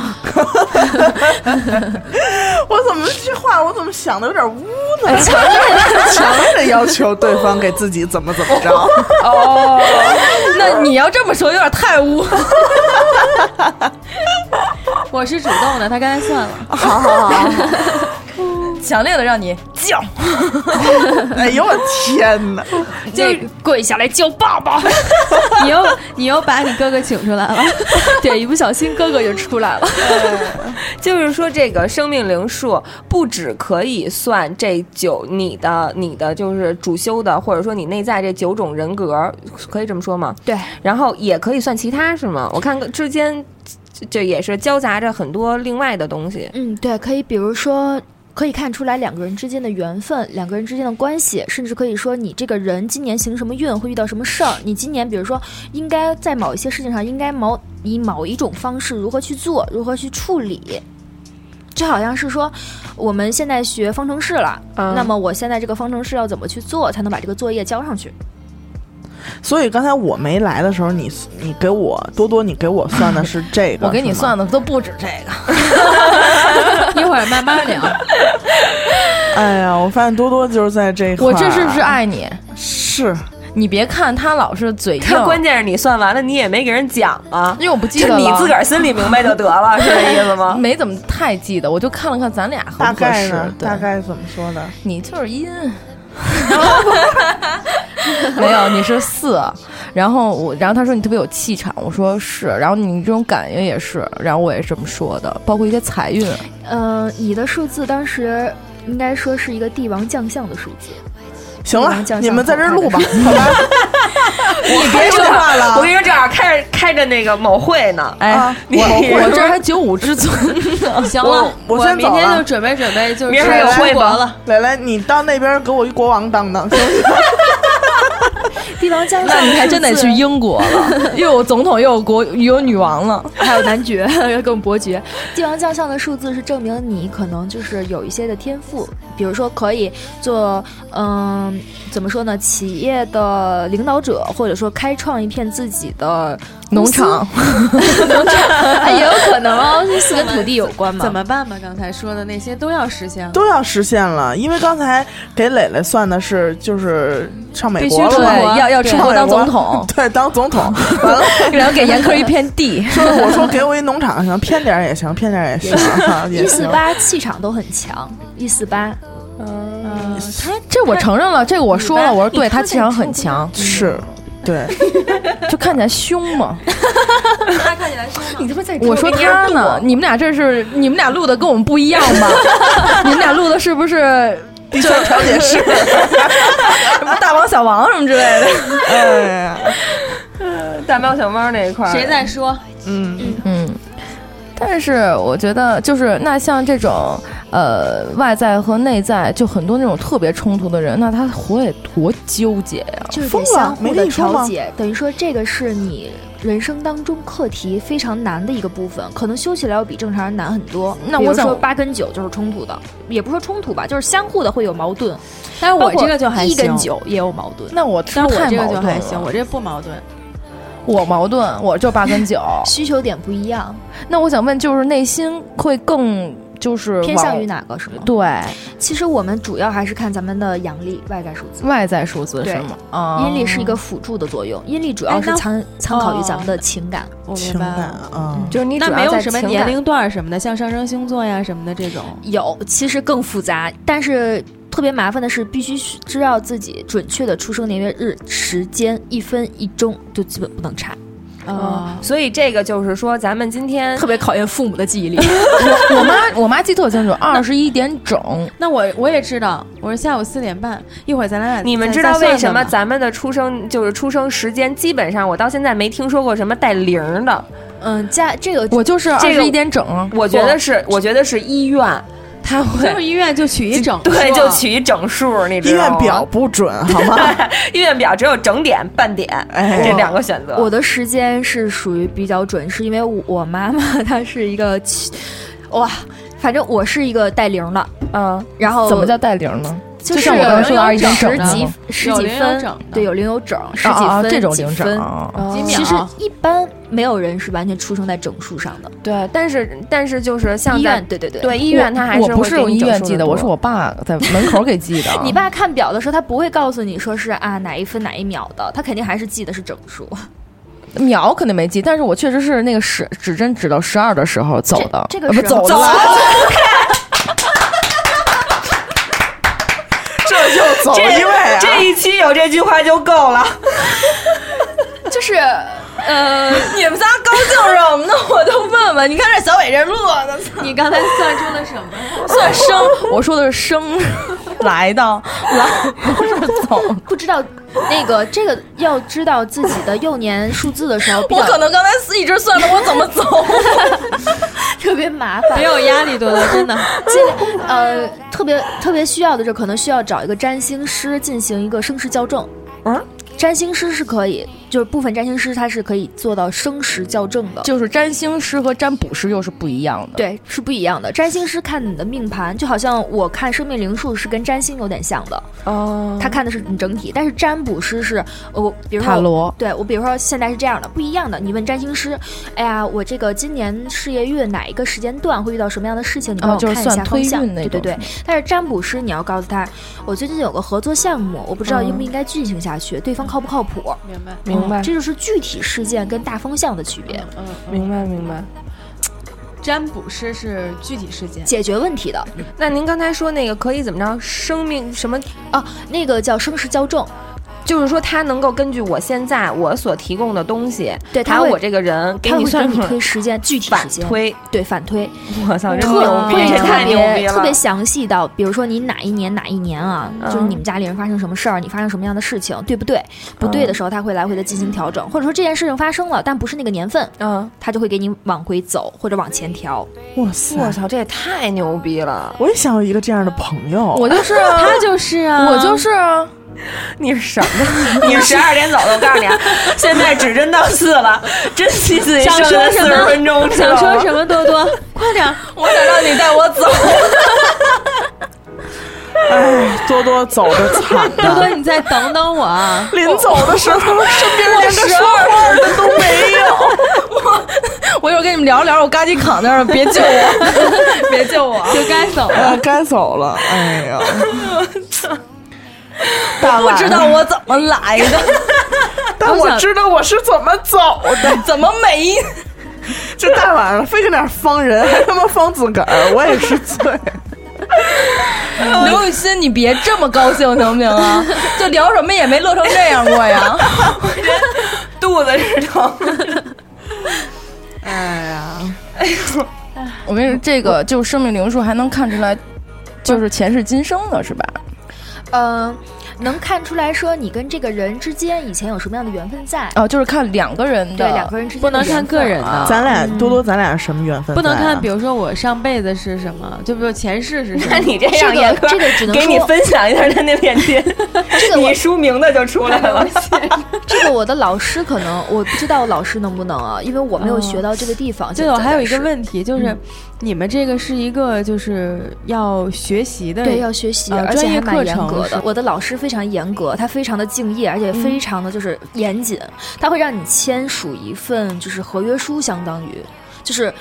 我怎么这话我怎么想的有点污呢？强烈强烈的要求对方给自己怎么怎么着。 哦，那你要这么说有点太污。 我是主动的，他刚才算了。 好好好好。 强烈的让你叫。 哎呦我天哪， 就跪下来叫爸爸。 你又你又把你哥哥请出来了。 对，一不小心哥哥就出来了。 就是说这个生命灵数不只可以算这九你的你的就是主修的，或者说你内在这九种人格，可以这么说吗？ 对， 然后也可以算其他是吗？我看之间这也是交杂着很多另外的东西。 嗯，对，可以比如说可以看出来两个人之间的缘分，两个人之间的关系，甚至可以说你这个人今年行什么运，会遇到什么事儿。你今年比如说应该在某一些事情上应该某以某一种方式如何去做，如何去处理。就好像是说我们现在学方程式了、嗯、那么我现在这个方程式要怎么去做才能把这个作业交上去。 所以刚才我没来的时候，你你给我多多，你给我算的是这个， 我给你算的都不止这个。 一会儿慢慢聊。 哎呀，我发现多多就是在这一块、啊， 我这是不是爱你？ 是。 你别看他老是嘴硬， 关键是你算完了，你也没给人讲啊， 因为我不记得了， 你自个儿心里明白就得了，是这意思吗？ 没怎么太记得，我就看了看咱俩合不合适。 大概呢？大概怎么说的？ 你就是阴。没有，你是四，然后我，然后他说你特别有气场，我说是，然后你这种感应也是，然后我也是这么说的，包括一些财运。 呃，你的数字当时应该说是一个帝王将相的数字。 行了，你们在这录吧，好吧。 你别说话了，我跟你说，正好开着开着那个某会呢。 哎，啊、我我这还九五之尊呢。 行了， 我, 我, 我明天就准备准备，就是明天有会吧了。 蕾蕾，你到那边给我一国王当当，行不行？ 帝王将相， 那你还真得去英国了，又有总统，又有国，又有女王了， 还有男爵，更伯爵。帝王将相的数字是证明你可能就是有一些的天赋，比如说可以做，嗯，怎么说呢？企业的领导者，或者说开创一片自己的农场， 农场也有可能哦，是跟土地有关嘛？ 怎么办吧？刚才说的那些都要实现了， 都要实现了，因为刚才给蕾蕾算的是就是上美国了， 对，要要出国当总统， 对，当总统，完了， 然后给严科一片地， 说我说给我一农场行，偏点也行，偏点也行， 一四八气场都很强，一四八。 嗯，他这我承认了，这个我说了，我说对他气场很强， 是，对， 就看起来凶嘛。 他看起来凶吗？ 你他妈在我说他呢？你们俩这是你们俩录的跟我们不一样吧？你们俩录的是不是第三调解室？ 什么大王小王什么之类的？ 哎呀， 大猫小猫那一块谁在说？ 嗯嗯。但是我觉得，就是那像这种呃外在和内在，就很多那种特别冲突的人，那他活也多纠结呀、啊， 就是得相互的调节。等于说，这个是你人生当中课题非常难的一个部分，可能修起来要比正常人难很多。 那我说八跟九就是冲突的，也不是说冲突吧，就是相互的会有矛盾。 但是我这个就还行， 一跟九也有矛盾。 那我但我这个就还行，我这不矛盾。 我矛盾，我就八跟九， 需求点不一样。 那我想问，就是内心会更就是偏向于哪个是吗？ 对， 其实我们主要还是看咱们的阳历外在数字， 外在数字是吗？啊， 阴历是一个辅助的作用，阴历主要是参参考于咱们的情感。 我明白了， 嗯， 就是你主那没有要在情感什么年龄段什么的，像上升星座呀什么的这种。 有，其实更复杂，但是特别麻烦的是，必须知道自己准确的出生年月日时间，一分一钟就基本不能差。 哦， 所以这个就是说，咱们今天特别考验父母的记忆力。 我我妈我妈记特清楚，二十一点整。 那我我也知道，我是下午四点半，一会儿咱俩你们知道为什么咱们的出生就是出生时间，基本上我到现在没听说过什么带零的。 嗯，加这个我就是二十一点整啊。 我觉得是，我觉得是医院。他会就是医院就取一整数， 对，就取一整数，你知道吗？ 医院表不准好吗？ 医院表只有整点、半点、哎、这两个选择。 我的时间是属于比较准，是因为我妈妈她是一个，哇，反正我是一个带零的，嗯，然后怎么叫带零呢？ 就是像我刚才说的二一点整十几十几分，对，有零有整，十几分、 啊啊、这种零整几秒。其实一般没有人是完全出生在整数上的。 对，但是但是就是像医院，对对对， 对医院他还是我不是用医院记的，我是我爸在门口给记的。 你爸看表的时候，他不会告诉你说是啊哪一分哪一秒的，他肯定还是记得是整数。 秒肯定没记，但是我确实是那个十指针指到十二的时候走的， 这, 这个是不走走了。 这就走一位啊！ 这一期有这句话就够了。 就是呃， 你们仨高兴什么呢？我都问问。你看这小伟这乐的， 你刚才算出了什么？ 算生，我说的是生来的，来不是走。 不知道那个这个要知道自己的幼年数字的时候， 我可能刚才一直算着我怎么走， 特别麻烦。 别有压力，多多真的。 呃，特别特别需要的是，可能需要找一个占星师进行一个生时校正。嗯。占星师是可以，就是部分占星师他是可以做到生时校正的， 就是占星师和占卜师又是不一样的， 对，是不一样的。占星师看你的命盘，就好像我看生命灵数是跟占星有点像的哦，他看的是你整体，但是占卜师是我，比如说塔罗， 对我比如说现在是这样的，不一样的。你问占星师，哎呀，我这个今年事业运哪一个时间段会遇到什么样的事情，你帮我看一下方向， 哦、 对对对。但是占卜师你要告诉他，我最近有个合作项目，我不知道应不应该进行下去，嗯、对方靠不靠谱？ 明白， 明白、 嗯，这就是具体事件跟大方向的区别。 嗯，嗯明白，明白。 占卜师是具体事件解决问题的。 那您刚才说那个可以怎么着？生命什么？ 哦，那个叫生时校正。 就是说，他能够根据我现在我所提供的东西， 对， 还有我这个人给你算你推时间，具体时间反推， 对反推。 我操， 特牛逼，这太牛逼了！ 特别详细到，比如说你哪一年哪一年啊，嗯、就是你们家里人发生什么事儿，你发生什么样的事情，对不对？不对的时候，他会来回的进行调整，嗯、或者说这件事情发生了，但不是那个年份，嗯，他就会给你往回走或者往前调。 哇塞， 我操，这也太牛逼了！ 我也想有一个这样的朋友， 我就是啊， 他就是啊， 我就是啊。 你是什么？你十二点走的，我告诉你，现在指针到四了，珍惜自己剩下的四十分钟。 想说什么？多多，快点！ 我想让你带我走。 哎，多多走的惨的。 多多，你再等等我啊！ 临走的时候，身边连个说话的都没有。 我我一会儿跟你们聊聊，我嘎叽躺那儿了，别救我，别救我， 就该走了， 啊、该走了。哎呀！ 我不知道我怎么来的， 但我知道我是怎么走的， 怎么没？ 这大晚上非跟点方人，还他妈方自个儿，我也是醉。 刘雨欣，你别这么高兴行不行啊？就聊什么也没乐成这样过呀， 肚子是疼。 哎呀， 哎呦，我跟你说，这个就生命灵数还能看出来，就是前世今生的是吧？ 嗯、呃，能看出来说你跟这个人之间以前有什么样的缘分在哦，就是看两个人的， 对两个人之间不能看个人的。 咱俩多多，咱俩什么缘分、啊？ 不能看，比如说我上辈子是什么，就比如前世是什么。 那你这样严格， 这个只能给你分享一下他那链接， 这个你书名的就出来了。 这个我的老师可能我不知道老师能不能啊，因为我没有学到这个地方。 对、哦，我还有一个问题就是。嗯你们这个是一个就是要学习的， 对，要学习， 呃、 而且还蛮严格的。 我的老师非常严格，他非常的敬业，而且非常的就是严谨。嗯、他会让你签署一份就是合约书，相当于就是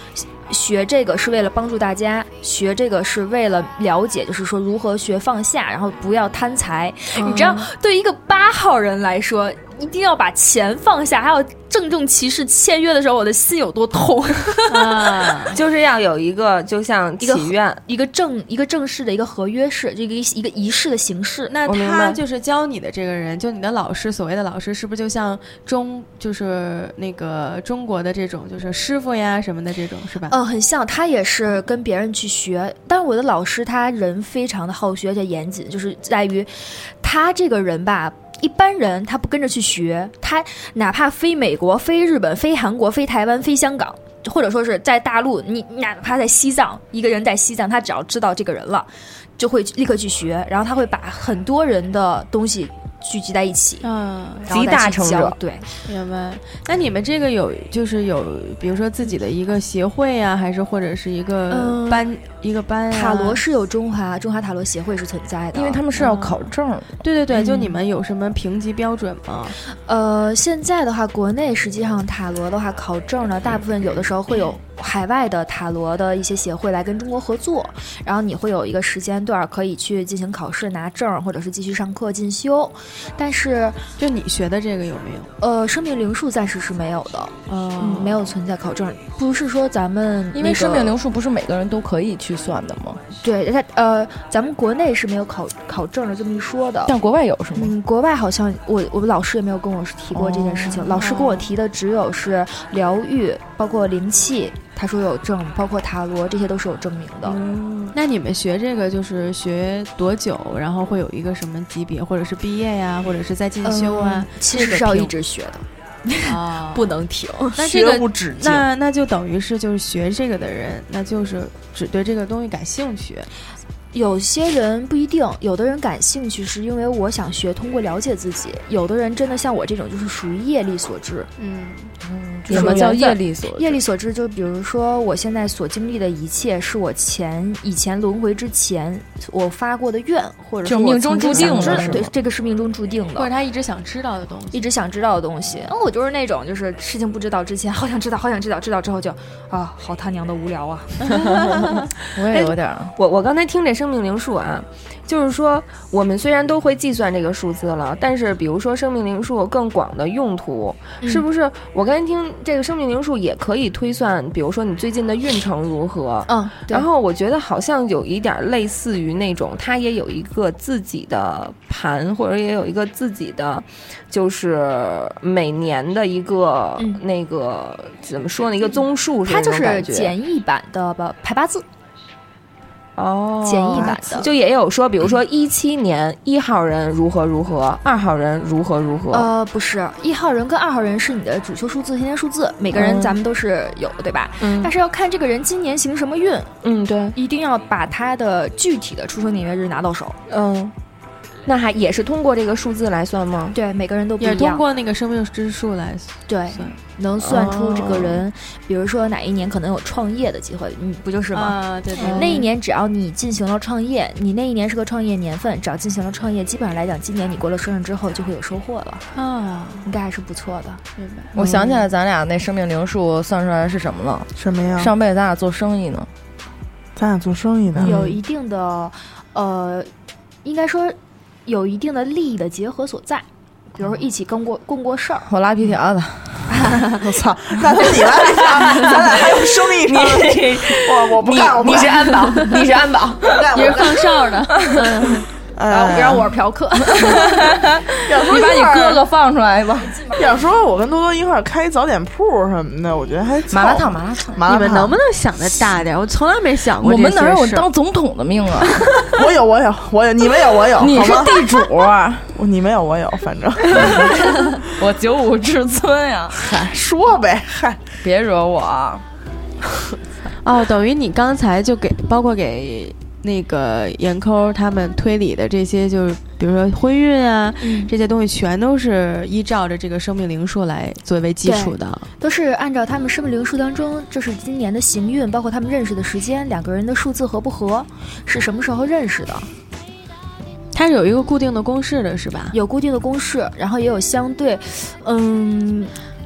学这个是为了帮助大家，学这个是为了了解，就是说如何学放下，然后不要贪财。嗯、你知道，对于一个八号人来说，一定要把钱放下，还要郑重其事签约的时候，我的心有多痛啊！就是要有一个，就像祈愿， 一个正一个正式的一个合约式，这个一个仪式的形式。 那他就是教你的这个人，就你的老师，所谓的老师，是不是就像中就是那个中国的这种，就是师傅呀什么的这种，是吧？ 嗯，很像，他也是跟别人去学，但是我的老师他人非常的好学而且严谨，就是在于他这个人吧。一般人他不跟着去学，他哪怕飞美国、飞日本、飞韩国、飞台湾、飞香港，或者说是在大陆，你哪怕在西藏，一个人在西藏，他只要知道这个人了，就会立刻去学，然后他会把很多人的东西聚集在一起， 嗯， 集大成者， 对， 明白。那你们这个有就是有，比如说自己的一个协会啊，还是或者是一个班、嗯、一个班、啊？ 塔罗是有中华中华塔罗协会是存在的， 因为他们是要考证、嗯。 对对对，就你们有什么评级标准吗？ 呃，现在的话，国内实际上塔罗的话考证呢，大部分有的时候会有海外的塔罗的一些协会来跟中国合作，然后你会有一个时间段可以去进行考试拿证，或者是继续上课进修。但是， 就你学的这个有没有？ 呃，生命灵数暂时是没有的，哦、嗯，没有存在考证。不是说咱们、那个、 因为生命灵数不是每个人都可以去算的吗？ 对，它呃，咱们国内是没有考考证的这么一说的， 但国外有是吗？ 嗯，国外好像我我们老师也没有跟我提过这件事情，哦、老师跟我提的只有是疗愈，包括灵气。他说有证，包括塔罗，这些都是有证明的。 嗯，那你们学这个就是学多久？然后会有一个什么级别，或者是毕业呀，或者是在进修啊？ 嗯、其实是要一直学的， 哦、 不能停。 那这个学无止境， 那那就等于是就是学这个的人，那就是只对这个东西感兴趣。 有些人不一定，有的人感兴趣是因为我想学，通过了解自己；有的人真的像我这种，就是属于业力所致。 嗯嗯，什么叫业力所致？ 业力所致，就比如说我现在所经历的一切，是我前以前轮回之前我发过的愿，或者是命中注定的。 对，这个是命中注定的， 或者他一直想知道的东西， 一直想知道的东西。那我就是那种，就是事情不知道之前，好想知道，好想知道，知道之后就啊，好他娘的无聊啊！ 我也有点、哎， 我我刚才听这生命灵数啊，就是说我们虽然都会计算这个数字了，但是比如说生命灵数更广的用途，嗯、是不是？我刚才听这个生命灵数也可以推算，比如说你最近的运程如何？ 嗯， 然后我觉得好像有一点类似于那种，它也有一个自己的盘，或者也有一个自己的，就是每年的一个、嗯、那个怎么说呢？一个综述是那种感觉， 它就是简易版的吧排八字。 哦， 简易版的， 就也有说，比如说一七年一号人如何如何，二号人如何如何。 呃，不是，一号人跟二号人是你的主修数字、天天数字，每个人咱们都是有的，对吧？嗯。但是要看这个人今年行什么运。 嗯，对， 一定要把他的具体的出生年月日拿到手。 嗯。那还也是通过这个数字来算吗？ 对，每个人都不一样。 也是通过那个生命之数来对算，能算出这个人、哦，比如说哪一年可能有创业的机会，你不就是吗？ 啊，对对。 那一年只要你进行了创业，你那一年是个创业年份，只要进行了创业，基本上来讲，今年你过了生日之后就会有收获了啊， 应该还是不错的。 明白。 我想起来，咱俩那生命灵数算出来是什么了？ 什么呀？ 上辈子咱俩做生意呢。 咱俩做生意呢， 有一定的，呃，应该说。有一定的利益的结合所在，比如说一起共过共过事儿。 我拉皮条子， 我操！那就你拉皮条，咱俩还有生意上。我我不干，我不干。 你是安保，你是安保， 你是放哨的。嗯然后，然后我是嫖客。 你把你哥哥放出来吧。 要说我跟多多一块儿开早点铺什么的，我觉得还麻辣烫，麻辣烫。 麻辣烫， 你们能不能想得大点？我从来没想过这些事。 我们哪有当总统的命啊？ 我有，我有，我有。你们有，我有。 你是地主， 你们有，我有。反正我九五至尊呀。 嗨，说呗，嗨， 别惹我。 哦，等于你刚才就给，包括给。那个严抠他们推理的这些，就是比如说婚运啊、嗯，这些东西全都是依照着这个生命灵数来作为基础的， 都是按照他们生命灵数当中，这是今年的行运，包括他们认识的时间，两个人的数字合不合，是什么时候认识的。 它是有一个固定的公式的，是吧？ 有固定的公式，然后也有相对，嗯。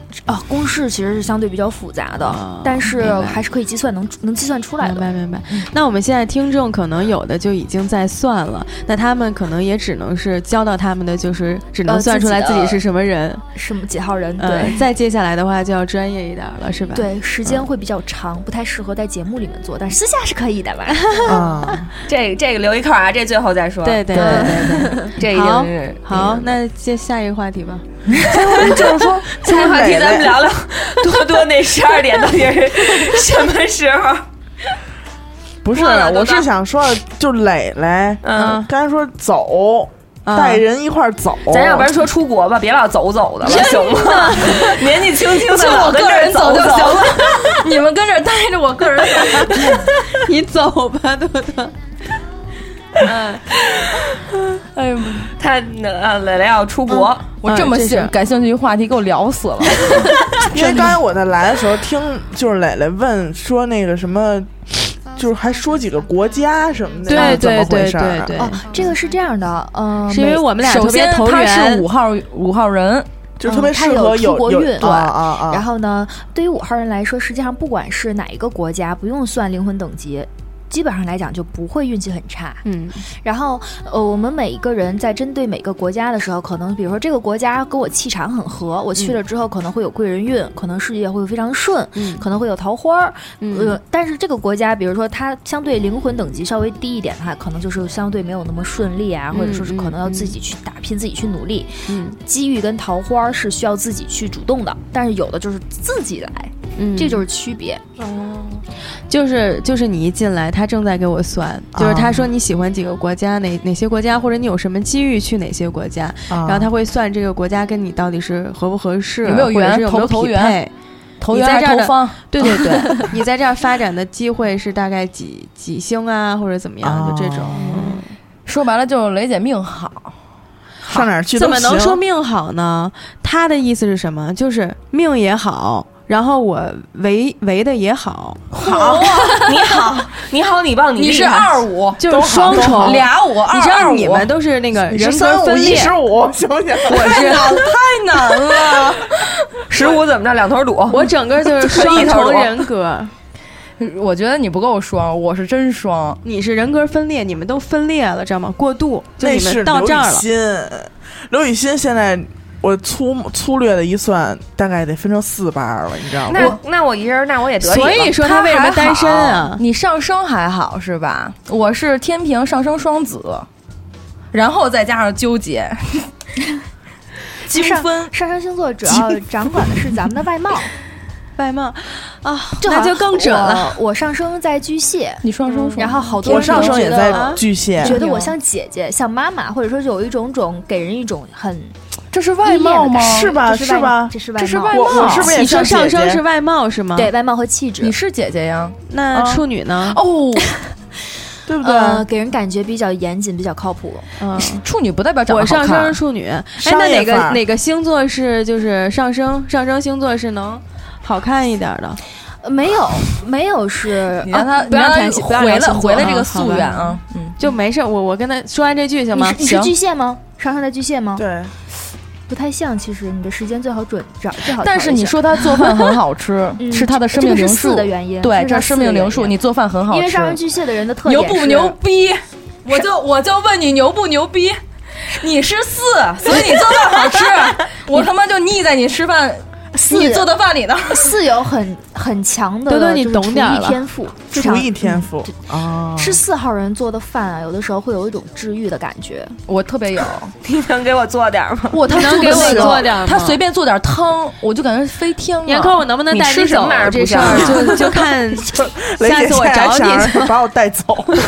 啊，公式其实是相对比较复杂的， 哦但是还是可以计算，能能计算出来的。 明白明白。那我们现在听众可能有的就已经在算了，那他们可能也只能是教到他们的，就是只能算出来自己是什么人， 什么几号人。 呃、 对， 再接下来的话就要专业一点了，是吧？ 对，时间会比较长，嗯、不太适合在节目里面做，但是私下是可以的吧？ 啊， 这这个留一扣啊，这最后再说。 对对对对对， 这已经是好。好，那接下一个话题吧。 就是说， 下一个话题咱们聊聊多多那十二点到底是什么时候？ 不是，我是想说，就磊磊， 嗯， 刚才说走。带人一块儿走， 咱要不然说出国吧，别老走走的了，行吗？年纪轻轻的， 就我个人走就行了。 你们跟这待着，我个人你走吧，多多。 嗯，哎呦，他呃磊磊要出国， 嗯、我这么兴感兴趣的话题给我聊死了。 因为刚才我在来的时候听，就是磊磊问说那个什么。就是还说几个国家什么的， 对对对对对。 哦，这个是这样的，嗯、呃， 是因为我们俩特别投缘， 他是五号五号人， 就特别适合有出国运，对啊啊啊。 然后呢，对于五号人来说，实际上不管是哪一个国家，不用算灵魂等级。基本上来讲就不会运气很差， 嗯， 然后呃，我们每一个人在针对每个国家的时候，可能比如说这个国家跟我气场很合，我去了之后可能会有贵人运，嗯、可能事业会非常顺，嗯，可能会有桃花，嗯，呃，但是这个国家，比如说它相对灵魂等级稍微低一点的话，可能就是相对没有那么顺利啊，或者说是可能要自己去打拼，自己去努力，嗯，机遇跟桃花是需要自己去主动的，但是有的就是自己来，嗯，这就是区别。 哦，就是就是你一进来，他正在给我算，就是他说你喜欢几个国家，哪哪些国家，或者你有什么机遇去哪些国家，啊、然后他会算这个国家跟你到底是合不合适， 有没有缘， 有没有匹配， 投缘还是投方？ 对对对，你在这儿发展的机会是大概几几星啊，或者怎么样，啊、就这种。嗯、 说白了就是雷姐命好。 上哪儿去都怎么能说命好呢？他的意思是什么？就是命也好，然后我围围的也好。 好，你好，你好，你棒，你你是二五， 就是双重俩五， 你知道你们都是那个人格分裂， 十五，行不行？ 我是太难了， 十五怎么着？两头堵， 我整个就是双重人格。 我觉得你不够双，我是真双。 你是人格分裂，你们都分裂了，知道吗？过度，就你们到这儿了。 刘雨欣现在我粗粗略的一算，大概得分成四班了，你知道吗？ 那那我一人，那我也得。 所以说他为什么单身啊？ 你上升还好是吧？我是天平上升双子，然后再加上纠结。 积分上升星座主要掌管的是咱们的外貌。 外貌啊，那就更准了。 我上升在巨蟹， 你上升， 然后好多我上升也在巨蟹， 觉得我像姐姐，像妈妈，或者说有一种种给人一种很， 这是外貌吗？ 是吧？是吧？ 这是外貌。 这是外貌。 我是不是也你说上升是外貌是吗？ 对，外貌和气质。 你是姐姐呀？ 那处女呢？ 哦。 对不对？ 呃，给人感觉比较严谨，比较靠谱。 嗯，处女不代表长得好看。 我上升是处女，哎，那哪个哪个星座是就是上升上升星座是能好看一点的？ 呃、没有，没有是你让他、啊、 不要谈回了回了这个夙愿啊， 嗯，就没事。我我跟他说完这句行吗？ 你是你是巨蟹吗？上升在巨蟹吗？ 对。 不太像，其实你的时间最好准找最好。 但是你说他做饭很好吃，嗯、是他的生命灵数、 这个、的原因。 对，这是生命灵数，你做饭很好吃。 因为上升巨蟹的人的特点牛不牛逼？我就我就问你牛不牛逼？你是四，所以你做饭好吃。我他妈就腻在你吃饭。你做的饭里呢？ 四有很很强的， 多多你懂点了， 天赋， 厨艺天赋啊！吃四号人做的饭啊，有的时候会有一种治愈的感觉。 我特别有， 你能给我做点吗？ 我他能给我做点吗？ 他随便做点汤，我就感觉飞天了。 严科，我能不能带你走这事儿？就就看下次我找你， 把我带走。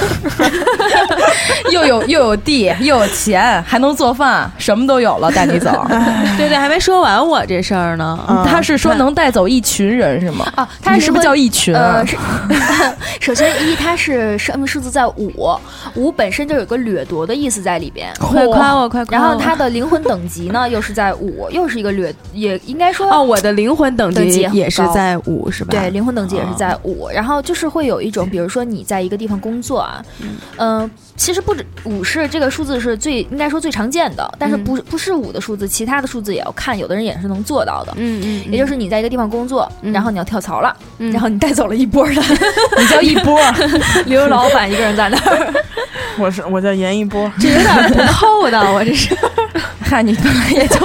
又有又有地，又有钱，还能做饭，什么都有了，带你走。 对对，还没说完我这事儿呢。 嗯、他是说能带走一群人是吗？ 啊，他是不是叫一群啊？ 呃、是首先一，它是生命数字在五，五本身就有个掠夺的意思在里边。 快夸我，快夸我！然后它的灵魂等级呢，又是在五，又是一个掠，也应该说哦，我的灵魂等级也是在五，是吧？ 对，灵魂等级也是在五。然后就是会有一种，比如说你在一个地方工作啊，嗯、呃， 其实不止五是这个数字是最应该说最常见的，但是不、嗯、不是五的数字，其他的数字也要看，有的人也是能做到的。 嗯 嗯, 嗯， 也就是你在一个地方工作， 嗯、 然后你要跳槽了、 嗯， 然后你带走了一波人， 你叫一波， 刘老板一个人在那儿。 我是我叫严一波， 这有点不厚道，我这是。 看你本来也就是。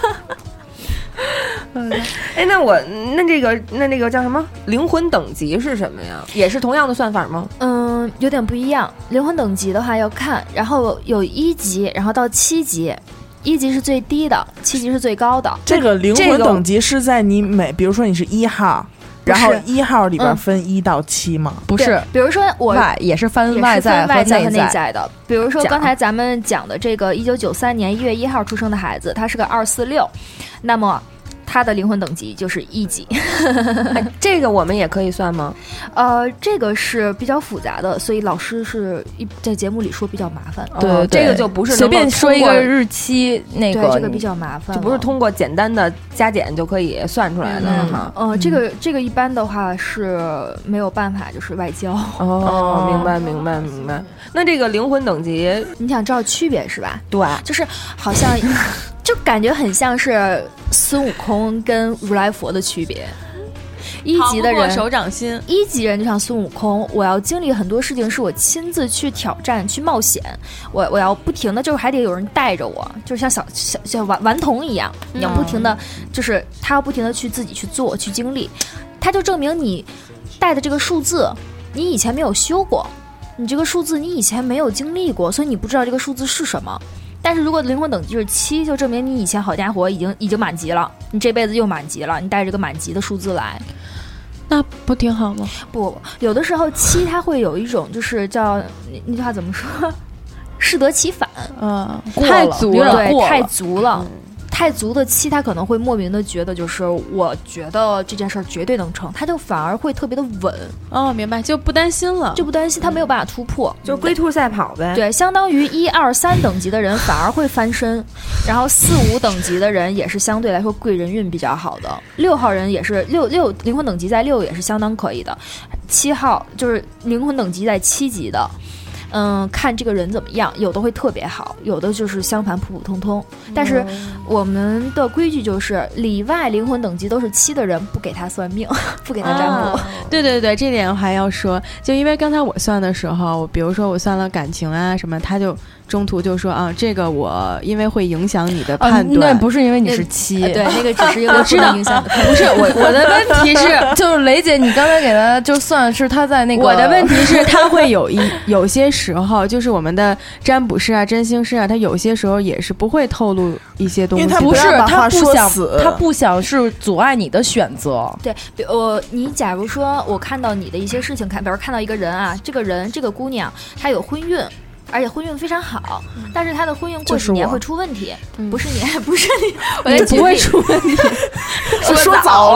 嗯，哎，那我那这个那这个叫什么灵魂等级是什么呀？也是同样的算法吗？ 嗯，有点不一样。灵魂等级的话要看，然后有一级，然后到七级，一级是最低的，七级是最高的。 这个灵魂等级是在你每，比如说你是一号，然后一号里边分一到七吗？ 不是， 比如说我外也是分外在和内在在的。比如说刚才咱们讲的这个一九九三年一月一号出生的孩子，他是个二四六，那么他的灵魂等级就是一级。 这个我们也可以算吗？ 呃，这个是比较复杂的，所以老师是一在节目里说比较麻烦。 对、 哦，这个就不是随便说一个日期，那个对这个比较麻烦， 就不是通过简单的加减就可以算出来的，是吗？ 嗯，呃、这个这个一般的话是没有办法，就是外交。 哦，明白明白明白。那这个灵魂等级， 你想知道区别是吧？ 对， 就是好像就感觉很像是孙悟空跟如来佛的区别。一级的人手掌心， 一级人就像孙悟空，我要经历很多事情，是我亲自去挑战、去冒险。我我要不停的，就是还得有人带着我，就是像小小像顽顽童一样，你要不停的，就是他要不停的去自己去做、去经历。他就证明你带的这个数字，你以前没有修过，你这个数字你以前没有经历过，所以你不知道这个数字是什么。但是如果灵魂等级是七，就证明你以前好家伙已经已经满级了，你这辈子又满级了，你带着个满级的数字来， 那不挺好吗？ 不，有的时候七它会有一种就是叫那句话怎么说，适得其反， 嗯，太足了， 对，太足了。嗯太足的七，他可能会莫名的觉得，就是我觉得这件事儿绝对能成，他就反而会特别的稳。 哦，明白，就不担心了， 就不担心他没有办法突破， 就是龟兔赛跑呗。 对，相当于一二三等级的人反而会翻身，然后四五等级的人也是相对来说贵人运比较好的，六号人也是六六灵魂等级在六也是相当可以的，七号就是灵魂等级在七级的。嗯，看这个人怎么样，有的会特别好，有的就是相反普普通通。但是我们的规矩就是里外灵魂等级都是七的人不给他算命，不给他占卜。 啊、对对对，这点我还要说，就因为刚才我算的时候，比如说我算了感情啊什么，他就中途就说啊，这个我因为会影响你的判断， 啊、那不是因为你是七， 对，那个只是因为知道影响的判断。 不是我我的问题是， 就是雷姐，你刚才给他就算是他在那个， 我的问题是他会有一有些时候，就是我们的占卜师啊、占星师啊，他有些时候也是不会透露一些东西， 不是他不想，他不想是阻碍你的选择。 对，我你假如说我看到你的一些事情，看，比如看到一个人啊，这个人这个姑娘她有婚运。而且婚运非常好，嗯、但是她的婚运过几年会出问题。 嗯、 不是你，不是你，我也不会出问题。 说说早了。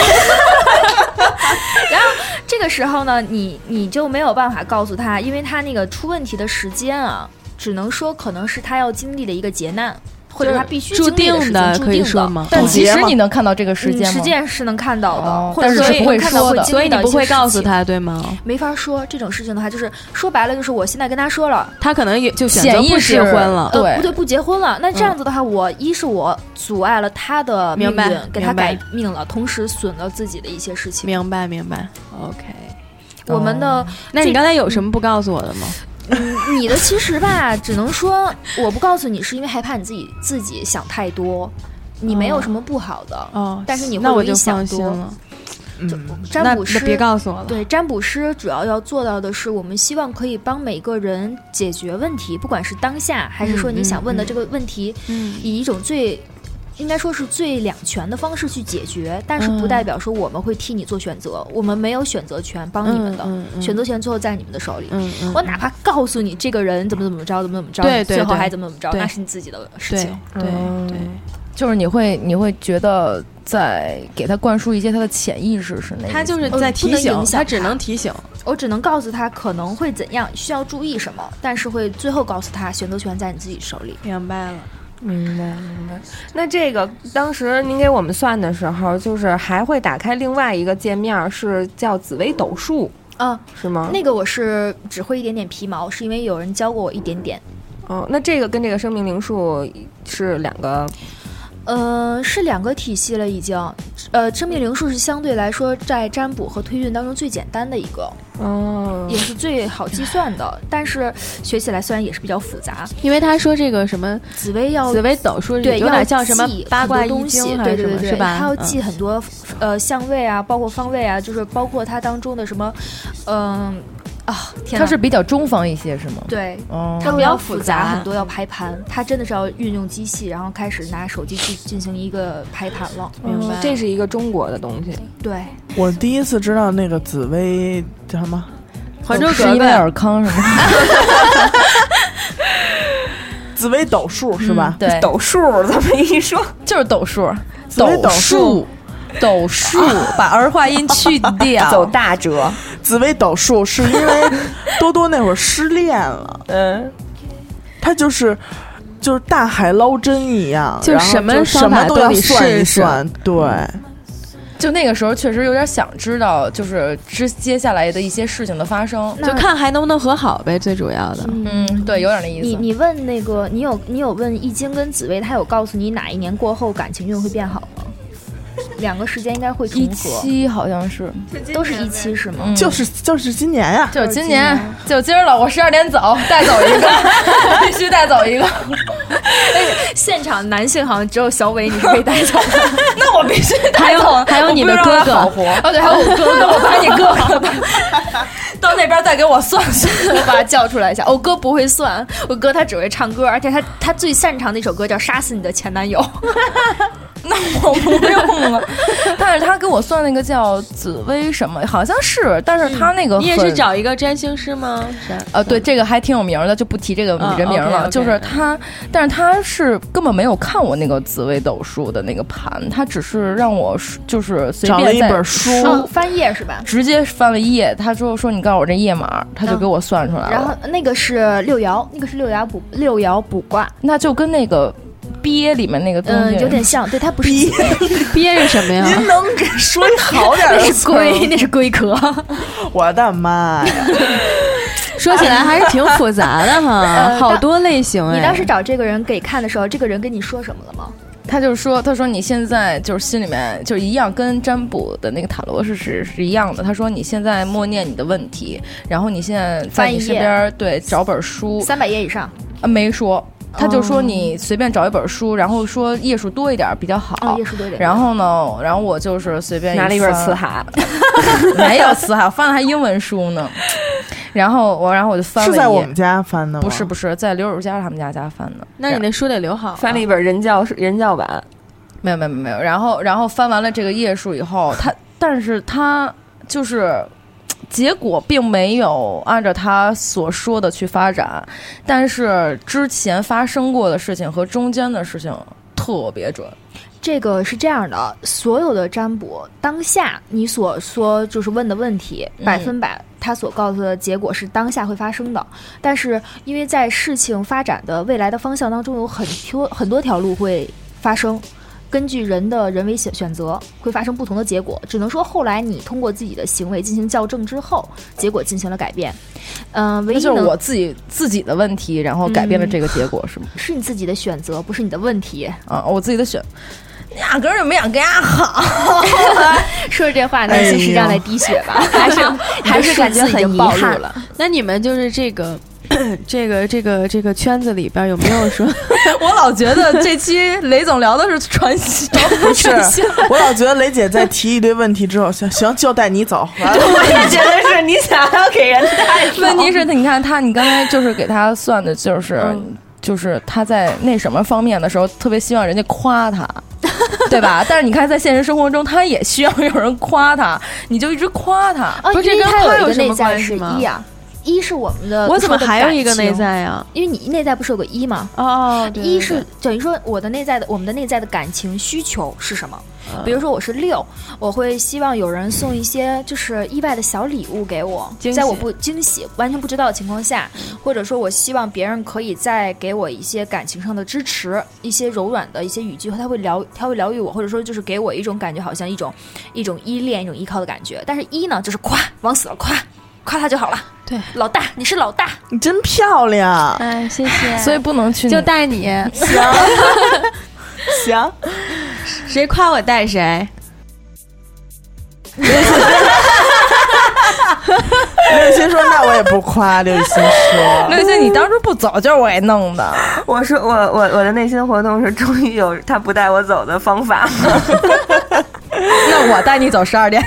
然后这个时候呢，你你就没有办法告诉她，因为她那个出问题的时间啊，只能说可能是她要经历的一个劫难。或者他必须注定的， 可以说吗？ 但其实你能看到这个时间吗？ 时间是能看到的， 哦、 或者是不会说的， 所以你不会告诉他，对吗？ 没法说这种事情的话，就是说白了，就是我现在跟他说了， 他可能也就选择不结婚了， 呃、对，不对，不结婚了。那这样子的话，嗯、我一是我阻碍了他的命运，给他改命了，同时损了自己的一些事情。 明白，明白。OK， 我们的， 哦、那你刚才有什么不告诉我的吗？ 嗯，你的其实吧，只能说我不告诉你，是因为害怕你自己自己想太多，你没有什么不好的， 哦， 但是你会那我就想放心了。 就占卜师别告诉我了。 对，占卜师主要要做到的是，我们希望可以帮每个人解决问题，不管是当下还是说你想问的这个问题， 嗯， 以一种最。应该说是最两全的方式去解决，但是不代表说我们会替你做选择，嗯、我们没有选择权帮你们的， 嗯嗯嗯、 选择权最后在你们的手里。 嗯嗯、 我哪怕告诉你这个人怎么怎么着，怎么怎么着， 对对对， 最后还怎么怎么着， 那是你自己的事情。 对对、嗯、对， 就是你会你会觉得在给他灌输一些他的潜意识是那， 他就是在提醒， 呃、 他只能提醒， 我只能告诉他可能会怎样，需要注意什么，但是会最后告诉他选择权在你自己手里。 明白了。 明白明白，那这个当时您给我们算的时候，就是还会打开另外一个界面，是叫紫微斗数。 啊， 是吗？ 那个我是只会一点点皮毛，是因为有人教过我一点点。 哦，那这个跟这个生命灵数是两个。 呃，是两个体系了已经。呃，生命灵数是相对来说在占卜和推运当中最简单的一个， 哦， 也是最好计算的，但是学起来虽然也是比较复杂。 因为他说这个什么紫微要紫微斗数， 对， 有点像什么八卦东西，对对对， 是吧？ 他要记很多、嗯、呃相位啊，包括方位啊，就是包括它当中的什么，嗯、呃。啊，天！ 它是比较中方一些，是吗？ 对， 哦， 它比较复杂，很多要排盘，它真的是要运用机器，然后开始拿手机去进行一个排盘了。 明白？这是一个中国的东西。 对， 我第一次知道那个紫薇叫什么？ 还珠格格， 是因为尔康是吗？ 紫微斗数是吧？ 嗯、对， 斗数这么一说， 就是斗数， 斗数。 斗数把儿化音去掉， 走大折。 紫微斗数是因为多多那会儿失恋了， 嗯， 他就是就是大海捞针一样， 就什么什么都要算一算，对。 就那个时候确实有点想知道，就是之接下来的一些事情的发生， 就看还能不能和好呗，最主要的。 嗯，对，有点那意思。 你你问那个，你有你有问易经跟紫微，他有告诉你哪一年过后感情运会变好吗？两个时间应该会重合， 一期好像是， 都是一期是吗？ 嗯、 就是就是今年呀、啊， 就是今年，就今儿了。我十二点走，带走一个，必须带走一个。 现场男性好像只有小伟你是可以带走的， 那我必须带走。 还有还有你的哥哥， 哦对，还有我哥哥，我把你哥哥到那边再给我算算， 我把他叫出来一下。我哥不会算，我哥他只会唱歌，而且他他最擅长的一首歌叫《杀死你的前男友》。 那我不用了，但是他给我算那个叫紫薇什么，好像是，但是他那个、 嗯、你也是找一个占星师吗？ 呃，对，这个还挺有名的，就不提这个人名了。 哦、okay, okay, 就是他，但是他是根本没有看我那个紫微斗数的那个盘，他只是让我就是随便找了一本书、 哦、翻页是吧？ 直接翻了一页，他说说你告诉我这页码，他就给我算出来了。 嗯、然后那个是六爻，那个是六爻卜六爻卜卦， 那就跟那个。鳖里面那个东西、 嗯、有点像，对，它不是鳖，鳖是什么呀？ 您能给说一好点的？ 那是龟，那是龟壳。 我的妈呀！ 说起来还是挺复杂的哈，呃、好多类型哎。 你当时找这个人给看的时候，这个人跟你说什么了吗？ 他就说，他说你现在就是心里面就一样，跟占卜的那个塔罗是是是一样的。他说你现在默念你的问题，然后你现在在你身边对找本书， 三百页以上啊没说。他就说你随便找一本书，然后说页数多一点比较好。 哦，页数多一点。 然后呢，然后我就是随便拿了一本辞海， 没有辞海，我翻的还英文书呢。然后我，然后我就翻了一页。 是在我们家翻的吗？ 不是不是，在刘汝嘉他们家家翻的。 那你那书得留好。 翻了一本人教人教版， 没有没有没有。然后然后翻完了这个页数以后，他但是他就是。结果并没有按照他所说的去发展，但是之前发生过的事情和中间的事情特别准。 这个是这样的，所有的占卜当下你所说就是问的问题，嗯、百分百他所告诉的结果是当下会发生的，但是因为在事情发展的未来的方向当中有很多很多条路会发生。根据人的人为选选择会发生不同的结果，只能说后来你通过自己的行为进行校正之后，结果进行了改变。嗯、呃，唯一那就是我自己自己的问题，然后改变了这个结果，嗯、是吗？ 是你自己的选择，不是你的问题啊！我自己的选，压根儿就没想跟伢好。 说这话，内心实际上在滴血吧？还是还是感觉很遗憾了？ 那你们就是这个。这个这个这个圈子里边有没有说？ 我老觉得这期雷总聊的是传销， 不是？我老觉得雷姐在提一堆问题之后，行行就带你走。 我也觉得是你想要给人带走。 问题是，你看他，你刚才就是给他算的，就是、嗯、就是他在那什么方面的时候，特别希望人家夸他。对吧？但是你看，在现实生活中，他也需要有人夸他，你就一直夸他。 哦， 不是这跟他有什么关系吗？ 一啊。一是我们的， 我怎么还有一个内在呀？ 因为你内在不是有个一吗？ 哦，对对对， 一是等于说我的内在的，我们的内在的感情需求是什么？比如说我是六，我会希望有人送一些就是意外的小礼物给我，在我不惊喜、完全不知道的情况下，或者说我希望别人可以再给我一些感情上的支持，一些柔软的一些语句，他会疗，他会疗愈我，或者说就是给我一种感觉，好像一种一种依恋、一种依靠的感觉。但是一呢，就是夸往死了夸。 夸他就好了。 对， 老大，你是老大， 你真漂亮。 哎，谢谢。 所以不能去， 就带你。 行行， 谁夸我带谁。 刘雨欣说：“那我也不夸。”刘雨欣说：“ 刘雨欣，你当初不走就是我给弄的。” 我说我我我的内心活动是终于有他不带我走的方法。 那我带你走十二点。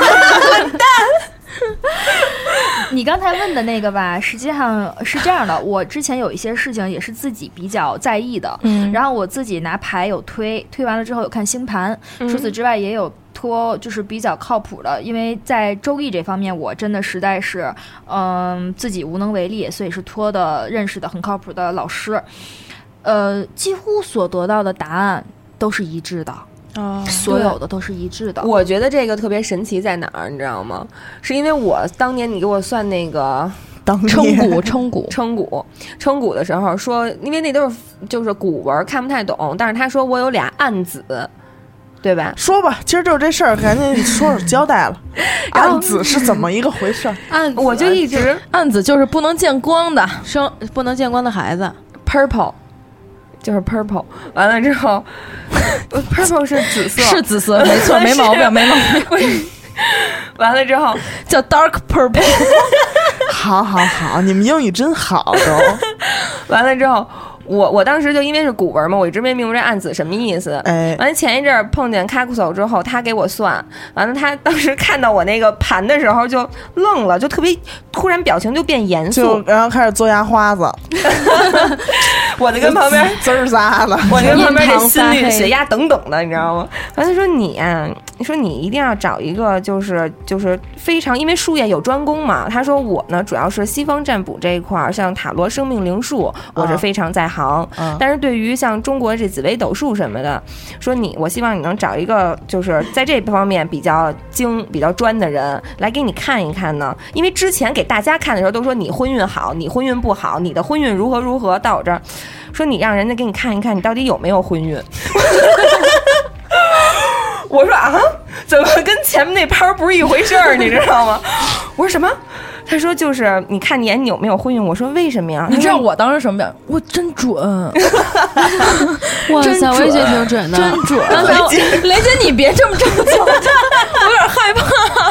你刚才问的那个吧，实际上是这样的，我之前有一些事情也是自己比较在意的，嗯，然后我自己拿牌有推，推完了之后有看星盘，嗯、除此之外也有托，就是比较靠谱的，因为在周易这方面我真的实在是，嗯，自己无能为力，所以是托的认识的很靠谱的老师，呃，几乎所得到的答案都是一致的。哦，所有的都是一致的。 我觉得这个特别神奇在哪儿，你知道吗？是因为我当年你给我算那个称骨、称骨、 称骨、称骨的时候说，因为那都是就是古文，看不太懂。但是他说我有俩暗子，对吧？ 说吧，其实就是这事儿，赶紧说说交代了。暗子是怎么一个回事？ 暗子我就一直暗子就是不能见光的， 生不能见光的孩子 ，purple。就是 purple， 完了之后 ，purple 是紫色， 是紫色，没错，没毛病，没毛病。 完了之后叫 dark purple， 好好好，你们英语真好都。 完了之后，我我当时就因为是古文嘛，我一直没明白这暗子什么意思。 哎， 完了前一阵碰见卡库索之后，他给我算，完了他当时看到我那个盘的时候就愣了，就特别突然表情就变严肃， 就然后开始做牙花子。 我就跟旁边滋儿撒的， 我就跟旁边这心率、血压等等的，你知道吗？完了他说你啊，你说你一定要找一个就是就是非常，因为术业有专攻嘛。他说我呢主要是西方占卜这一块，像塔罗、生命灵数，我是非常在行。嗯、但是对于像中国这紫微斗数什么的，说你，我希望你能找一个就是在这方面比较精、比较专的人来给你看一看呢。因为之前给大家看的时候都说你婚运好，你婚运不好，你的婚运如何如何，到我这儿。说你让人家给你看一看，你到底有没有婚运？我说啊，怎么跟前面那拍不是一回事儿？你知道吗？我说什么？他说就是你看你有没有婚运？我说为什么呀？ 你知道我当时什么表？我真准！ 哇塞，我也觉得挺准的， 真准！刚才雷姐，你别这么正经，我有点害怕。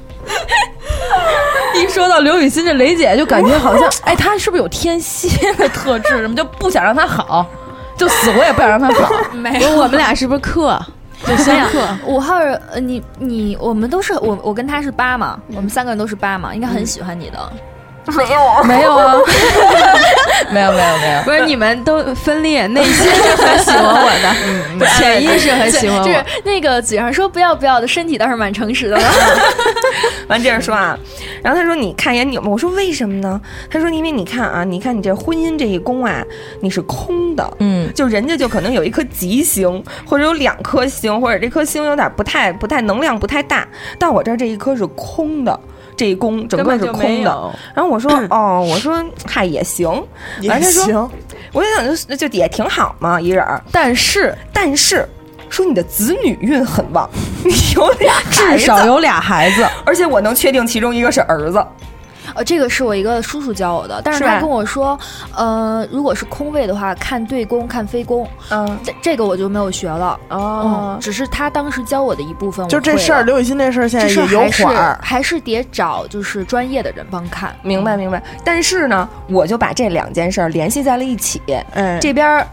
一说到刘雨欣这雷姐，就感觉好像，哎，她是不是有天蝎的特质？什么就不想让她好，就死活也不想让她好。 没有，我们俩是不是克？就相克。 五号，呃，你你我们都是我我跟他是八嘛，我们三个人都是八嘛，应该很喜欢你的。 没有， 没有啊，没有，没有，没有。 不是你们都分裂，内心是很喜欢我的，嗯、潜意识很喜欢我。 就是那个嘴上说不要不要的，身体倒是蛮诚实的了。 完接着说啊，然后他说你看一眼你有没有？我说为什么呢？他说因为你看啊，你看你这婚姻这一宫啊，你是空的，嗯，就人家就可能有一颗吉星，或者有两颗星，或者这颗星有点不太不太能量不太大，到我这儿这一颗是空的。这一宫整个是空的，然后我说哦，我说嗨也行， 也行， 我就想就就也挺好嘛，一人。 但是但是说你的子女运很旺，你有俩孩子， 至少有俩孩子， 而且我能确定其中一个是儿子。 呃，这个是我一个叔叔教我的，但是他跟我说，呃，如果是空位的话，看对宫，看非宫，嗯，这这个我就没有学了哦、嗯，只是他当时教我的一部分我。 就这事儿，刘雨欣这事儿现在也有缓儿， 还是得找就是专业的人帮看。 明白明白，但是呢，我就把这两件事儿联系在了一起。嗯，这边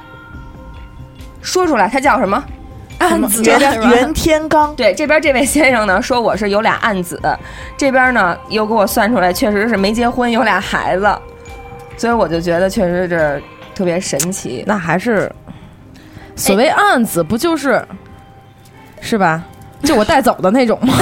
说出来，他叫什么？ 暗子袁天罡。 对，这边这位先生呢说我是有俩暗子，这边呢又给我算出来确实是没结婚有俩孩子，所以我就觉得确实是特别神奇。 那还是所谓暗子不就是、哎、是吧？就我带走的那种吗？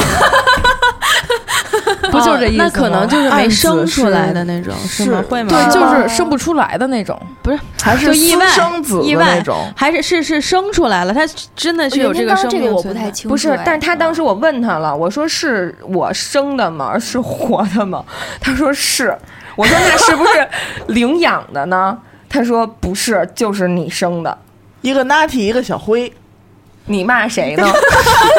不就这意思吗、 哦？那可能就是没生出来的那种，是, 是吗？会吗？ 对，就是生不出来的那种， 不是， 还是就意外生子意外那种， 还是是是生出来了？他真的是有这个生命？ 这个我不太清楚。 不是，但是他当时我问他了，我说是我生的吗？是活的吗？他说是。我说那是不是领养的呢？他说不是，就是你生的。 一个 Natty， 一个小辉。 你骂谁呢？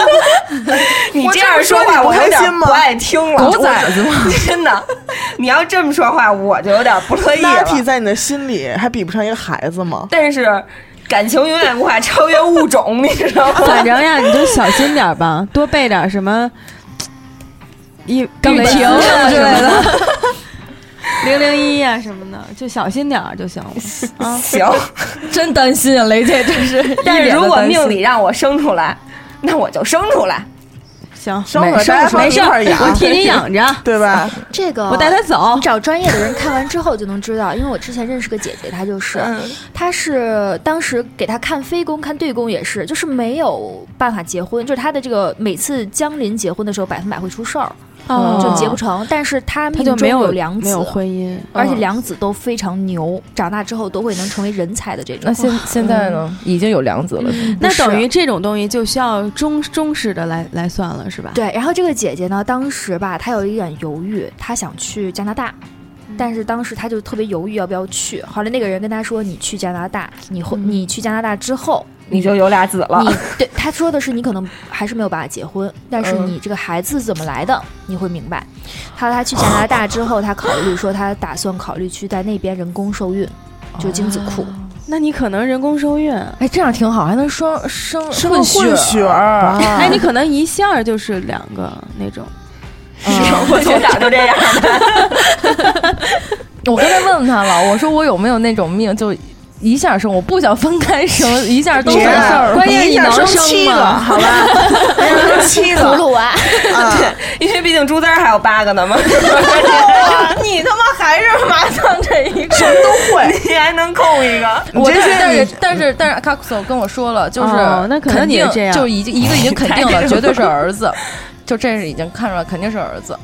你这样说话我有点不爱听了， 狗崽子吗？ 真的，你要这么说话，我就有点不乐意了。 那体在你的心里还比不上一个孩子吗？ 但是感情永远无法超越物种，你知道吗？ 反正呀，你就小心点吧，多备点什么一钢雨停啊之类的。 零零一呀什么的，就小心点儿就行了啊。 行， 真担心啊，雷姐真是。 但是如果命里让我生出来，那我就生出来。 行， 生了大家没事， 养， 我替你养着， 对吧？ 这个我带他走。 你找专业的人看完之后就能知道，因为我之前认识个姐姐，她就是， 嗯、 她是当时给她看飞宫、看对宫也是，就是没有办法结婚，就是她的这个每次将临结婚的时候，百分百会出事儿。 哦、 就结不成，但是他命中有良子， 没有婚姻， 而且良子都非常牛，长大之后都会能成为人才的这种。 那现现在呢，已经有良子了， 那等于这种东西就需要忠忠实的来来算了，是吧？ 对。然后这个姐姐呢，当时吧，她有一点犹豫，她想去加拿大。但是当时她就特别犹豫要不要去，后来那个人跟她说：“你去加拿大，你会、嗯、你去加拿大之后， 你就有俩子了。 你”对，他说的是你可能还是没有办法结婚，但是你这个孩子怎么来的，你会明白。他说他去加拿大之后，他考虑说他打算考虑去在那边人工受孕，就精子库。 哦、那你可能人工受孕， 哎，这样挺好，还能生生生混血儿。 哎，你可能一下就是两个那种。 是、嗯，我从小就这样的。 我刚才问他了，我说我有没有那种命，就一下生，我不想分开生，一下都是事儿。 关键你能生七个，好吧？生七个葫芦娃， 对，因为毕竟猪崽还有八个呢嘛。 你他妈还是麻将这一个， 什么都会， 你还能扣一个。 我但是但是但是卡库索跟我说了，就是、 哦、那可能你这样， 就已经一个已经肯定了，绝对是儿子。就这是已经看出来，肯定是儿子。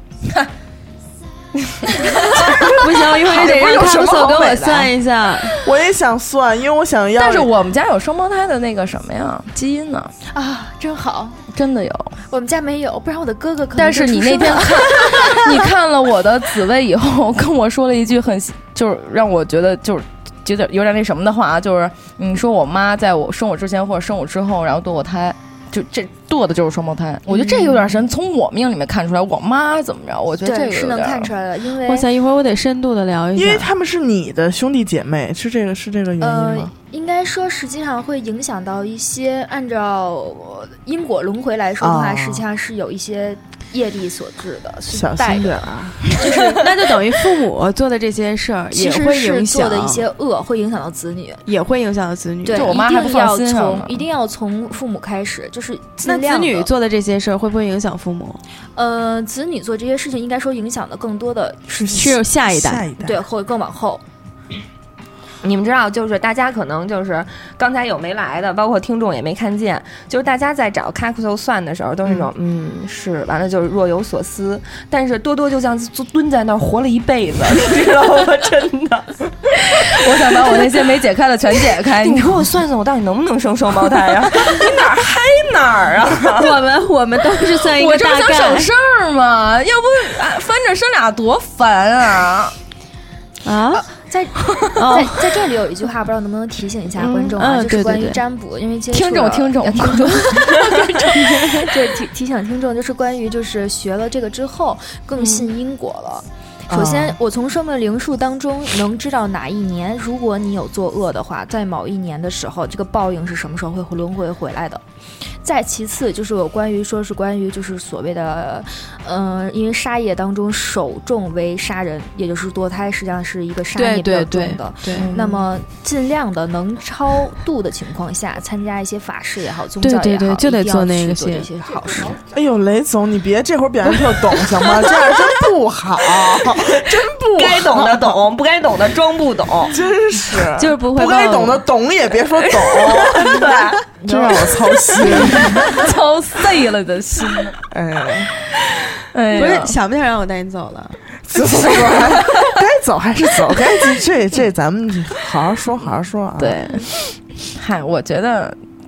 不行，一会儿得让卡布索跟我算一下。 我也想算，因为我想要。 但是我们家有双胞胎的那个什么呀，基因呢？ 啊，真好， 真的有。 我们家没有，不然我的哥哥可能。 但是你那天看，你看了我的紫薇以后，跟我说了一句很，就是让我觉得就是觉得有点那什么的话，就是你说我妈在我生我之前或者生我之后，然后堕过胎。就这堕的就是双胞胎、嗯，我觉得这有点神。从我命里面看出来，我妈怎么着？我觉得这个是能看出来的，因为哇塞，一会儿我得深度的聊一下， 因为他们是你的兄弟姐妹，是这个是这个原因吗？ 呃、应该说，实际上会影响到一些，按照因果轮回来说的话，哦、实际上是有一些业力所致的， 小心点啊！ 就是那就等于父母做的这些事儿也会影响， 做的一些恶会影响到子女， 也会影响到子女。 对， 我妈还不放心上一定要从父母开始，就是那子女做的这些事儿会不会影响父母？ 呃，子女做这些事情，应该说影响的更多的是是下一代， 下一代对，会更往后。 你们知道，就是大家可能就是刚才有没来的，包括听众也没看见，就是大家在找卡库索算的时候，都是那种 嗯, 嗯是，完了就是若有所思。但是多多就像蹲在那儿活了一辈子，你知道吗？真的， 我想把我那些没解开的全解开。 你给我算算，我到底能不能生双胞胎呀、啊？你哪儿嗨哪儿啊？ 我们我们都是算一个大概。 我这不想省事儿吗？要不翻着生俩多烦啊！ 啊。 在在在这里有一句话，不知道能不能提醒一下观众啊， 嗯、 就是关于占卜， 对对对， 因为接听众听众听众，对提提醒听众，就是关于就是学了这个之后更信因果了。嗯、首先，我从生命灵数当中能知道哪一年，如果你有作恶的话，在某一年的时候，这个报应是什么时候会轮回回来的。再其次就是有关于说是关于就是所谓的，嗯、呃，因为杀业当中首重为杀人，也就是堕胎，实际上是一个杀业比较重的。 对，对对那么尽量的能超度的情况下，参加一些法事也好，宗教也好， 对对对，就得做那个做这些好事。 哎呦，雷总，你别这会儿表现特懂行吗？这样真不好，真不好。 该懂的懂，不该懂的装不懂， 真是就是不会不该懂的懂也别说懂， 对。 真让我操心， 操碎了的心。 哎， 哎， 不是想不想让我带你走了？ 走走走，该走还是走，该这这咱们好好说，好好说啊。 对，嗨，我觉得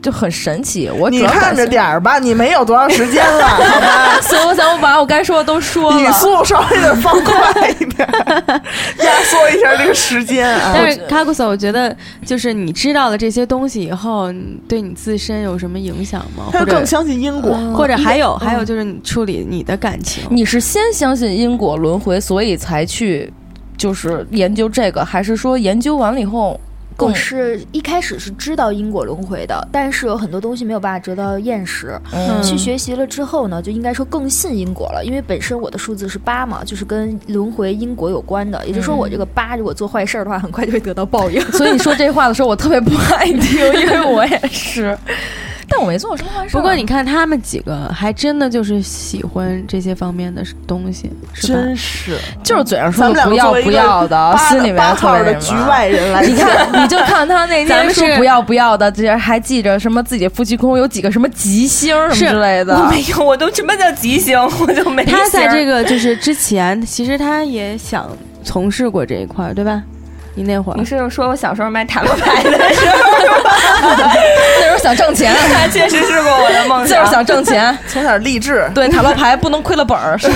就很神奇。我你看着点儿吧，你没有多长时间了，好吧？ 所以我想我把我该说的都说了， 语速稍微的放快一点，压缩一下这个时间啊。 但是卡古索，我觉得就是你知道了这些东西以后，对你自身有什么影响吗？ 他更相信因果， 或者还有、嗯、还有就是你处理你的感情， 你是先相信因果轮回，所以才去就是研究这个，还是说研究完了以后？ 我是一开始是知道因果轮回的，但是有很多东西没有办法得到验实。嗯，去学习了之后呢，就应该说更信因果了，因为本身我的数字是八嘛，就是跟轮回因果有关的。也就是说，我这个八如果做坏事的话，很快就会得到报应。 所以你说这话的时候，我特别不爱听，因为我也是。但我没做什么坏事。 不过你看他们几个还真的就是喜欢这些方面的东西，是吧？ 真是， 就是嘴上说不要不要的，心里面特别的局外人来。 你看，你就看他那天说不要不要的，这还记着什么自己的夫妻宫有几个什么吉星什么之类的。 我没有，我都什么叫吉星，我就没。 他在这个就是之前，其实他也想从事过这一块，对吧？你那会儿， 你是说我小时候买塔罗牌的时候， 那时候想挣钱， 他确实是过我的梦想，就是想挣钱， 从小励志。 对，塔罗牌不能亏了本儿，是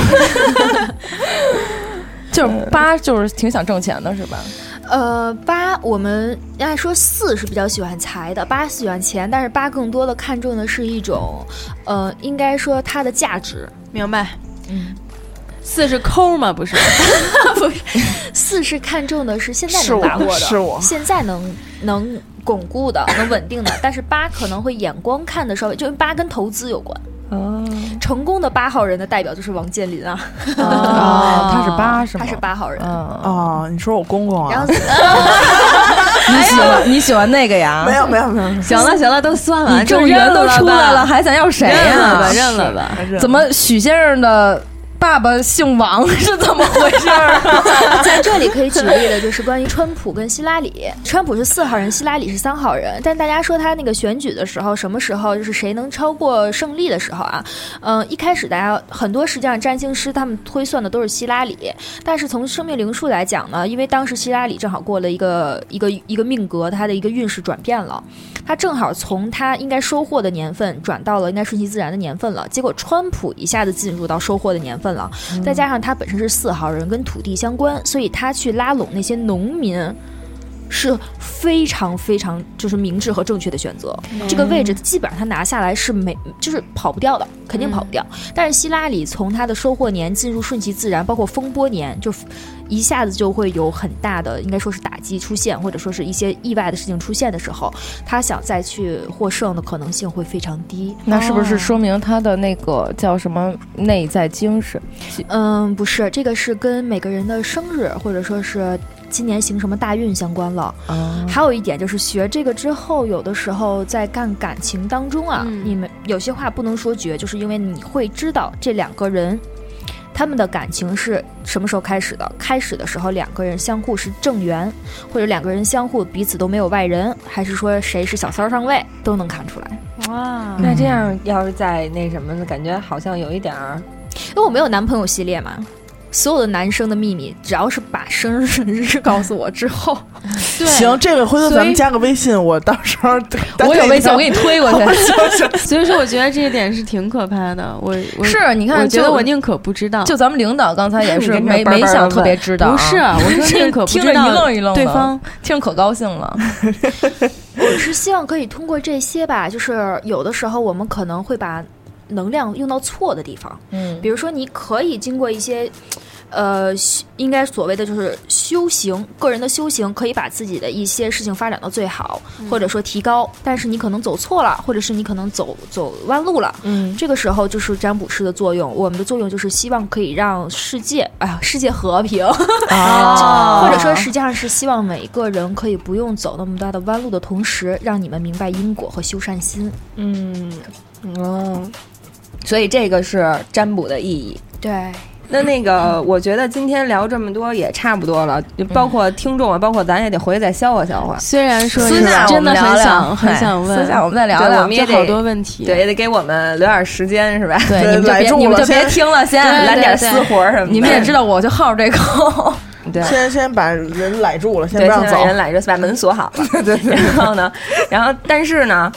就是八，就是挺想挣钱的，是吧？ 呃，八我们按说四是比较喜欢财的，八喜欢钱，但是八更多的看重的是一种，呃，应该说它的价值。 明白？嗯。四是抠吗？不是， 不是，四是看重的是现在能把握的， 是我现在能能巩固的、能稳定的。但是八可能会眼光看的稍微，就因为八跟投资有关。哦，成功的八号人的代表就是王健林啊。 哦，他是八是吗？ 他是八号人。 哦，你说我公公啊？ 然后你喜欢你喜欢那个呀？ 没有没有没有。 行了行了，都算了， 你正缘都出来了，还想要谁呀？ 认了吧，认了吧。 怎么许先生的爸爸姓王是怎么回事儿？ 在这里可以举例的就是关于川普跟希拉里，川普是四号人，希拉里是三号人。但大家说他那个选举的时候，什么时候就是谁能超过胜利的时候啊？嗯、呃，一开始大家很多实际上占星师他们推算的都是希拉里，但是从生命灵数来讲呢，因为当时希拉里正好过了一个一个一个命格，他的一个运势转变了，他正好从他应该收获的年份转到了应该顺其自然的年份了。结果川普一下子进入到收获的年份了，再加上他本身是四号人，跟土地相关，所以他去拉拢那些农民是非常非常就是明智和正确的选择。嗯、这个位置基本上他拿下来是没就是跑不掉的，肯定跑不掉。嗯、但是希拉里从他的收获年进入顺其自然，包括风波年，就一下子就会有很大的应该说是打击出现，或者说是一些意外的事情出现的时候，他想再去获胜的可能性会非常低。 那是不是说明他的那个叫什么内在精神？ 嗯，不是，这个是跟每个人的生日或者说是今年行什么大运相关了。嗯、还有一点就是学这个之后，有的时候在干感情当中啊，嗯、你们有些话不能说绝，就是因为你会知道这两个人他们的感情是什么时候开始的。开始的时候两个人相互是正缘，或者两个人相互彼此都没有外人，还是说谁是小三上位，都能看出来。 哇，那这样要是在那什么的感觉好像有一点儿， 因为我没有男朋友系列嘛，所有的男生的秘密，只要是把生日告诉我之后， 对，行，这个回头咱们加个微信，我到时候我有微信，我给你推过去。 所以说，我觉得这一点是挺可怕的。我我是你看， 我觉得我宁可不知道。 就咱们领导刚才也是没没想特别知道、啊， 不是，我说宁可不知道， 听着一愣一愣的， 对方听着可高兴了。 我是希望可以通过这些吧，就是有的时候我们可能会把能量用到错的地方，嗯，比如说你可以经过一些，呃，应该所谓的就是修行，个人的修行可以把自己的一些事情发展到最好，嗯、或者说提高，但是你可能走错了，或者是你可能走走弯路了，嗯，这个时候就是占卜师的作用，我们的作用就是希望可以让世界，哎呀，世界和平，啊、或者说实际上是希望每个人可以不用走那么大的弯路的同时，让你们明白因果和修善心， 嗯，哦。所以这个是占卜的意义。 对， 那那个，我觉得今天聊这么多也差不多了，包括听众啊，包括咱也得回去再消化消化。 虽然说私下真的很想聊很想问， 私下我们再聊聊， 我们也得好多问题， 对，也得给我们留点时间，是吧？ 对，你们就别你们就别听了，先来点私活什么的。 你们也知道，我就好这口。 对， 先先把人揽住了，先不对， 让走， 先把人揽住，把门锁好了。对对。然后呢，然后但是呢。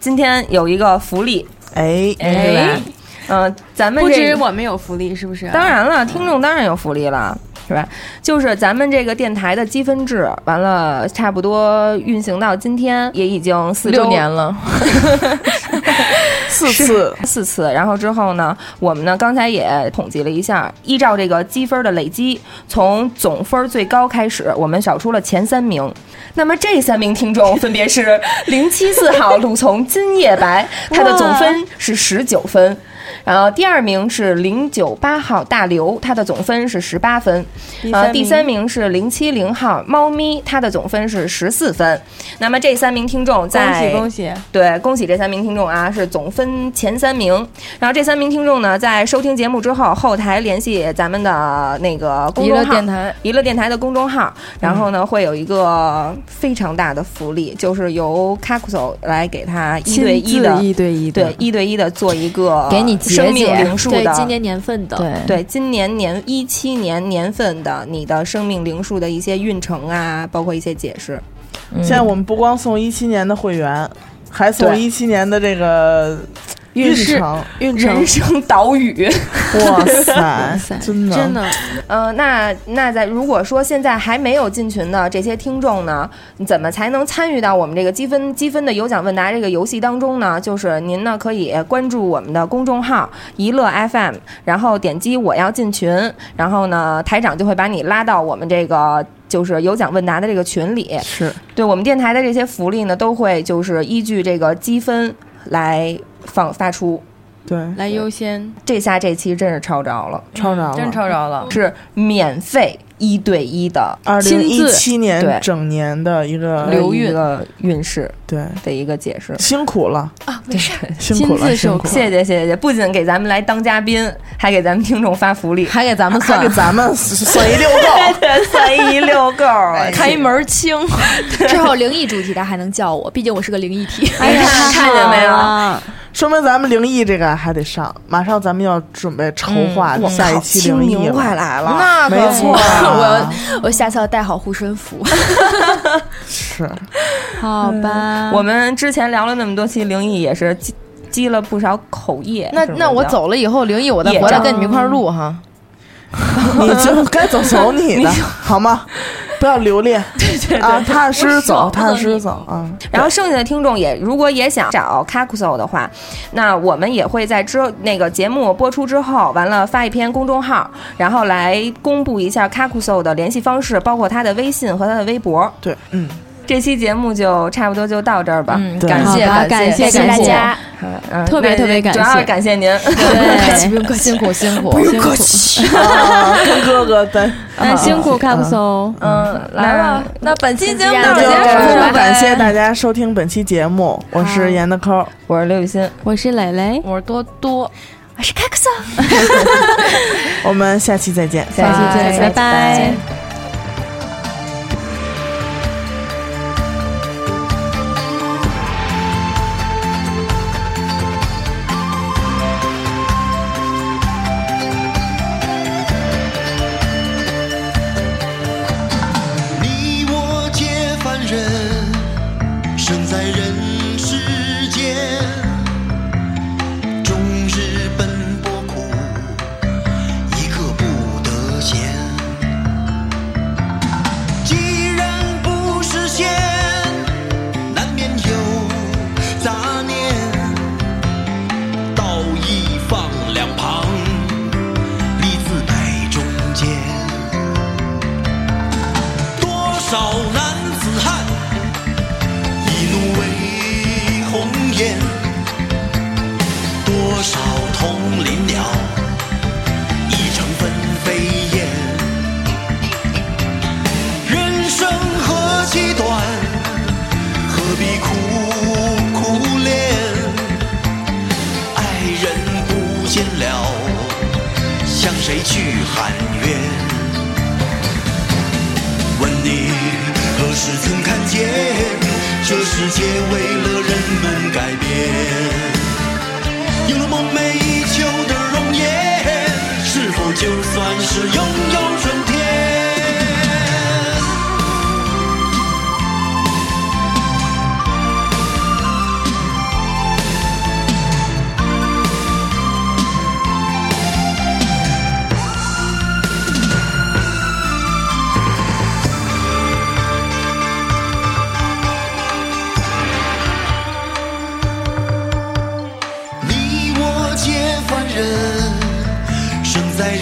今天有一个福利， 哎哎，嗯、呃，咱们不这止我们有福利，是不是？ 当然了，听众当然有福利了。是吧？就是咱们这个电台的积分制，完了差不多运行到今天也已经四周六年了， 四次四次。然后之后呢，我们呢刚才也统计了一下，依照这个积分的累积，从总分最高开始，我们找出了前三名。那么这三名听众分别是零七四号陆从金叶白，他的总分是十九分。然后第二名是零九八号大刘，他的总分是十八分。呃，第三名是零七零号猫咪，他的总分是十四分。那么这三名听众在恭喜恭喜， 对，恭喜这三名听众啊，是总分前三名。然后这三名听众呢，在收听节目之后，后台联系咱们的那个公众号娱乐电台， 娱乐电台的公众号，然后呢、嗯、会有一个非常大的福利，就是由 Kakuso 来给他一对一的一对一对一对一的做一个给你生命灵数的， 对今年年份的， 对对今年年一七年年份的你的生命灵数的一些运程啊，包括一些解释。 现在我们不光送一七年的会员，还送一七年的这个运程， 运程人生导语。 哇塞，真的真的。 呃，那那在如果说现在还没有进群的这些听众呢，怎么才能参与到我们这个积分积分的有奖问答这个游戏当中呢？就是您呢可以关注我们的公众号一乐 F M， 然后点击我要进群，然后呢台长就会把你拉到我们这个就是有奖问答的这个群里。 是对我们电台的这些福利呢，都会就是依据这个积分来放发出。 对， 来优先。 这下这期真是抄着了， 抄着了， 真抄着了， 是免费一对一的二零一七年整年的一个流运的运势， 对的一个解释。 辛苦了啊，没事， 辛苦了，辛苦， 谢谢谢谢，不仅给咱们来当嘉宾，还给咱们听众发福利， 还给咱们算， 还给咱们算一溜够， 对，算一溜够， 开门清。 之后灵异主题他还能叫我，毕竟我是个灵异体。 哎呀，看见没有？ 说明咱们灵异这个还得上，马上咱们要准备筹划下一期灵异了， 快来了， 那没错， 我我下次要带好护身符。 是， 好吧。 我们之前聊了那么多期灵异，也是积积了不少口业。 那那我走了以后，灵异我再回来跟你们一块儿录哈。 你就该走走你的好吗？不要留恋， 对对对啊，踏踏实实走，踏踏实实走啊。 然后剩下的听众也如果也想找 Kakuso 的话，那我们也会在之后那个节目播出之后，完了发一篇公众号，然后来公布一下 Kakuso 的联系方式，包括他的微信和他的微博。 对，嗯。 这期节目就差不多就到这儿吧， 嗯，感谢感谢感大家， 嗯， 特别特别感谢， 主要是感谢您， 对，不用客气，辛苦辛苦， 不用客气，跟哥哥的， 那辛苦Kakuso， 嗯， 来吧，那本期节目那就结束了， 感谢大家收听本期节目，我是严的抠， 我是刘雨欣， 我是蕾蕾， 我是多多， 我是 Kakuso， 我们下期再见， 下期再见，拜拜。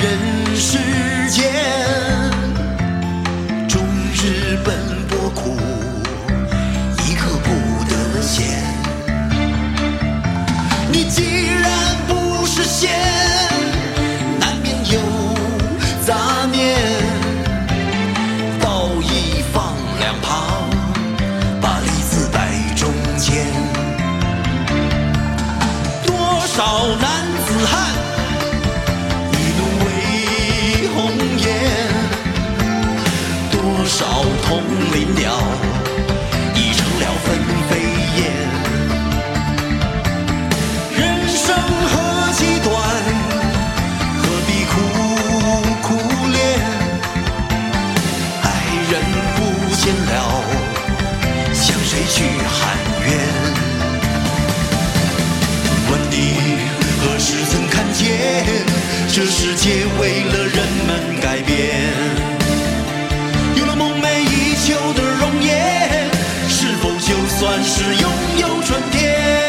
人世间，终日奔波苦，一刻不得闲。你既然不是仙，难免有杂念，道义放两旁，把利字摆中间。多少男子汉一怒为红颜，多少同林鸟已成了分飞燕。人生何其短，何必苦苦恋，爱人不见了，向谁去喊冤？问你何时曾看见，这世界为了人们改变？有了梦寐以求的容颜，是否就算是拥有春天？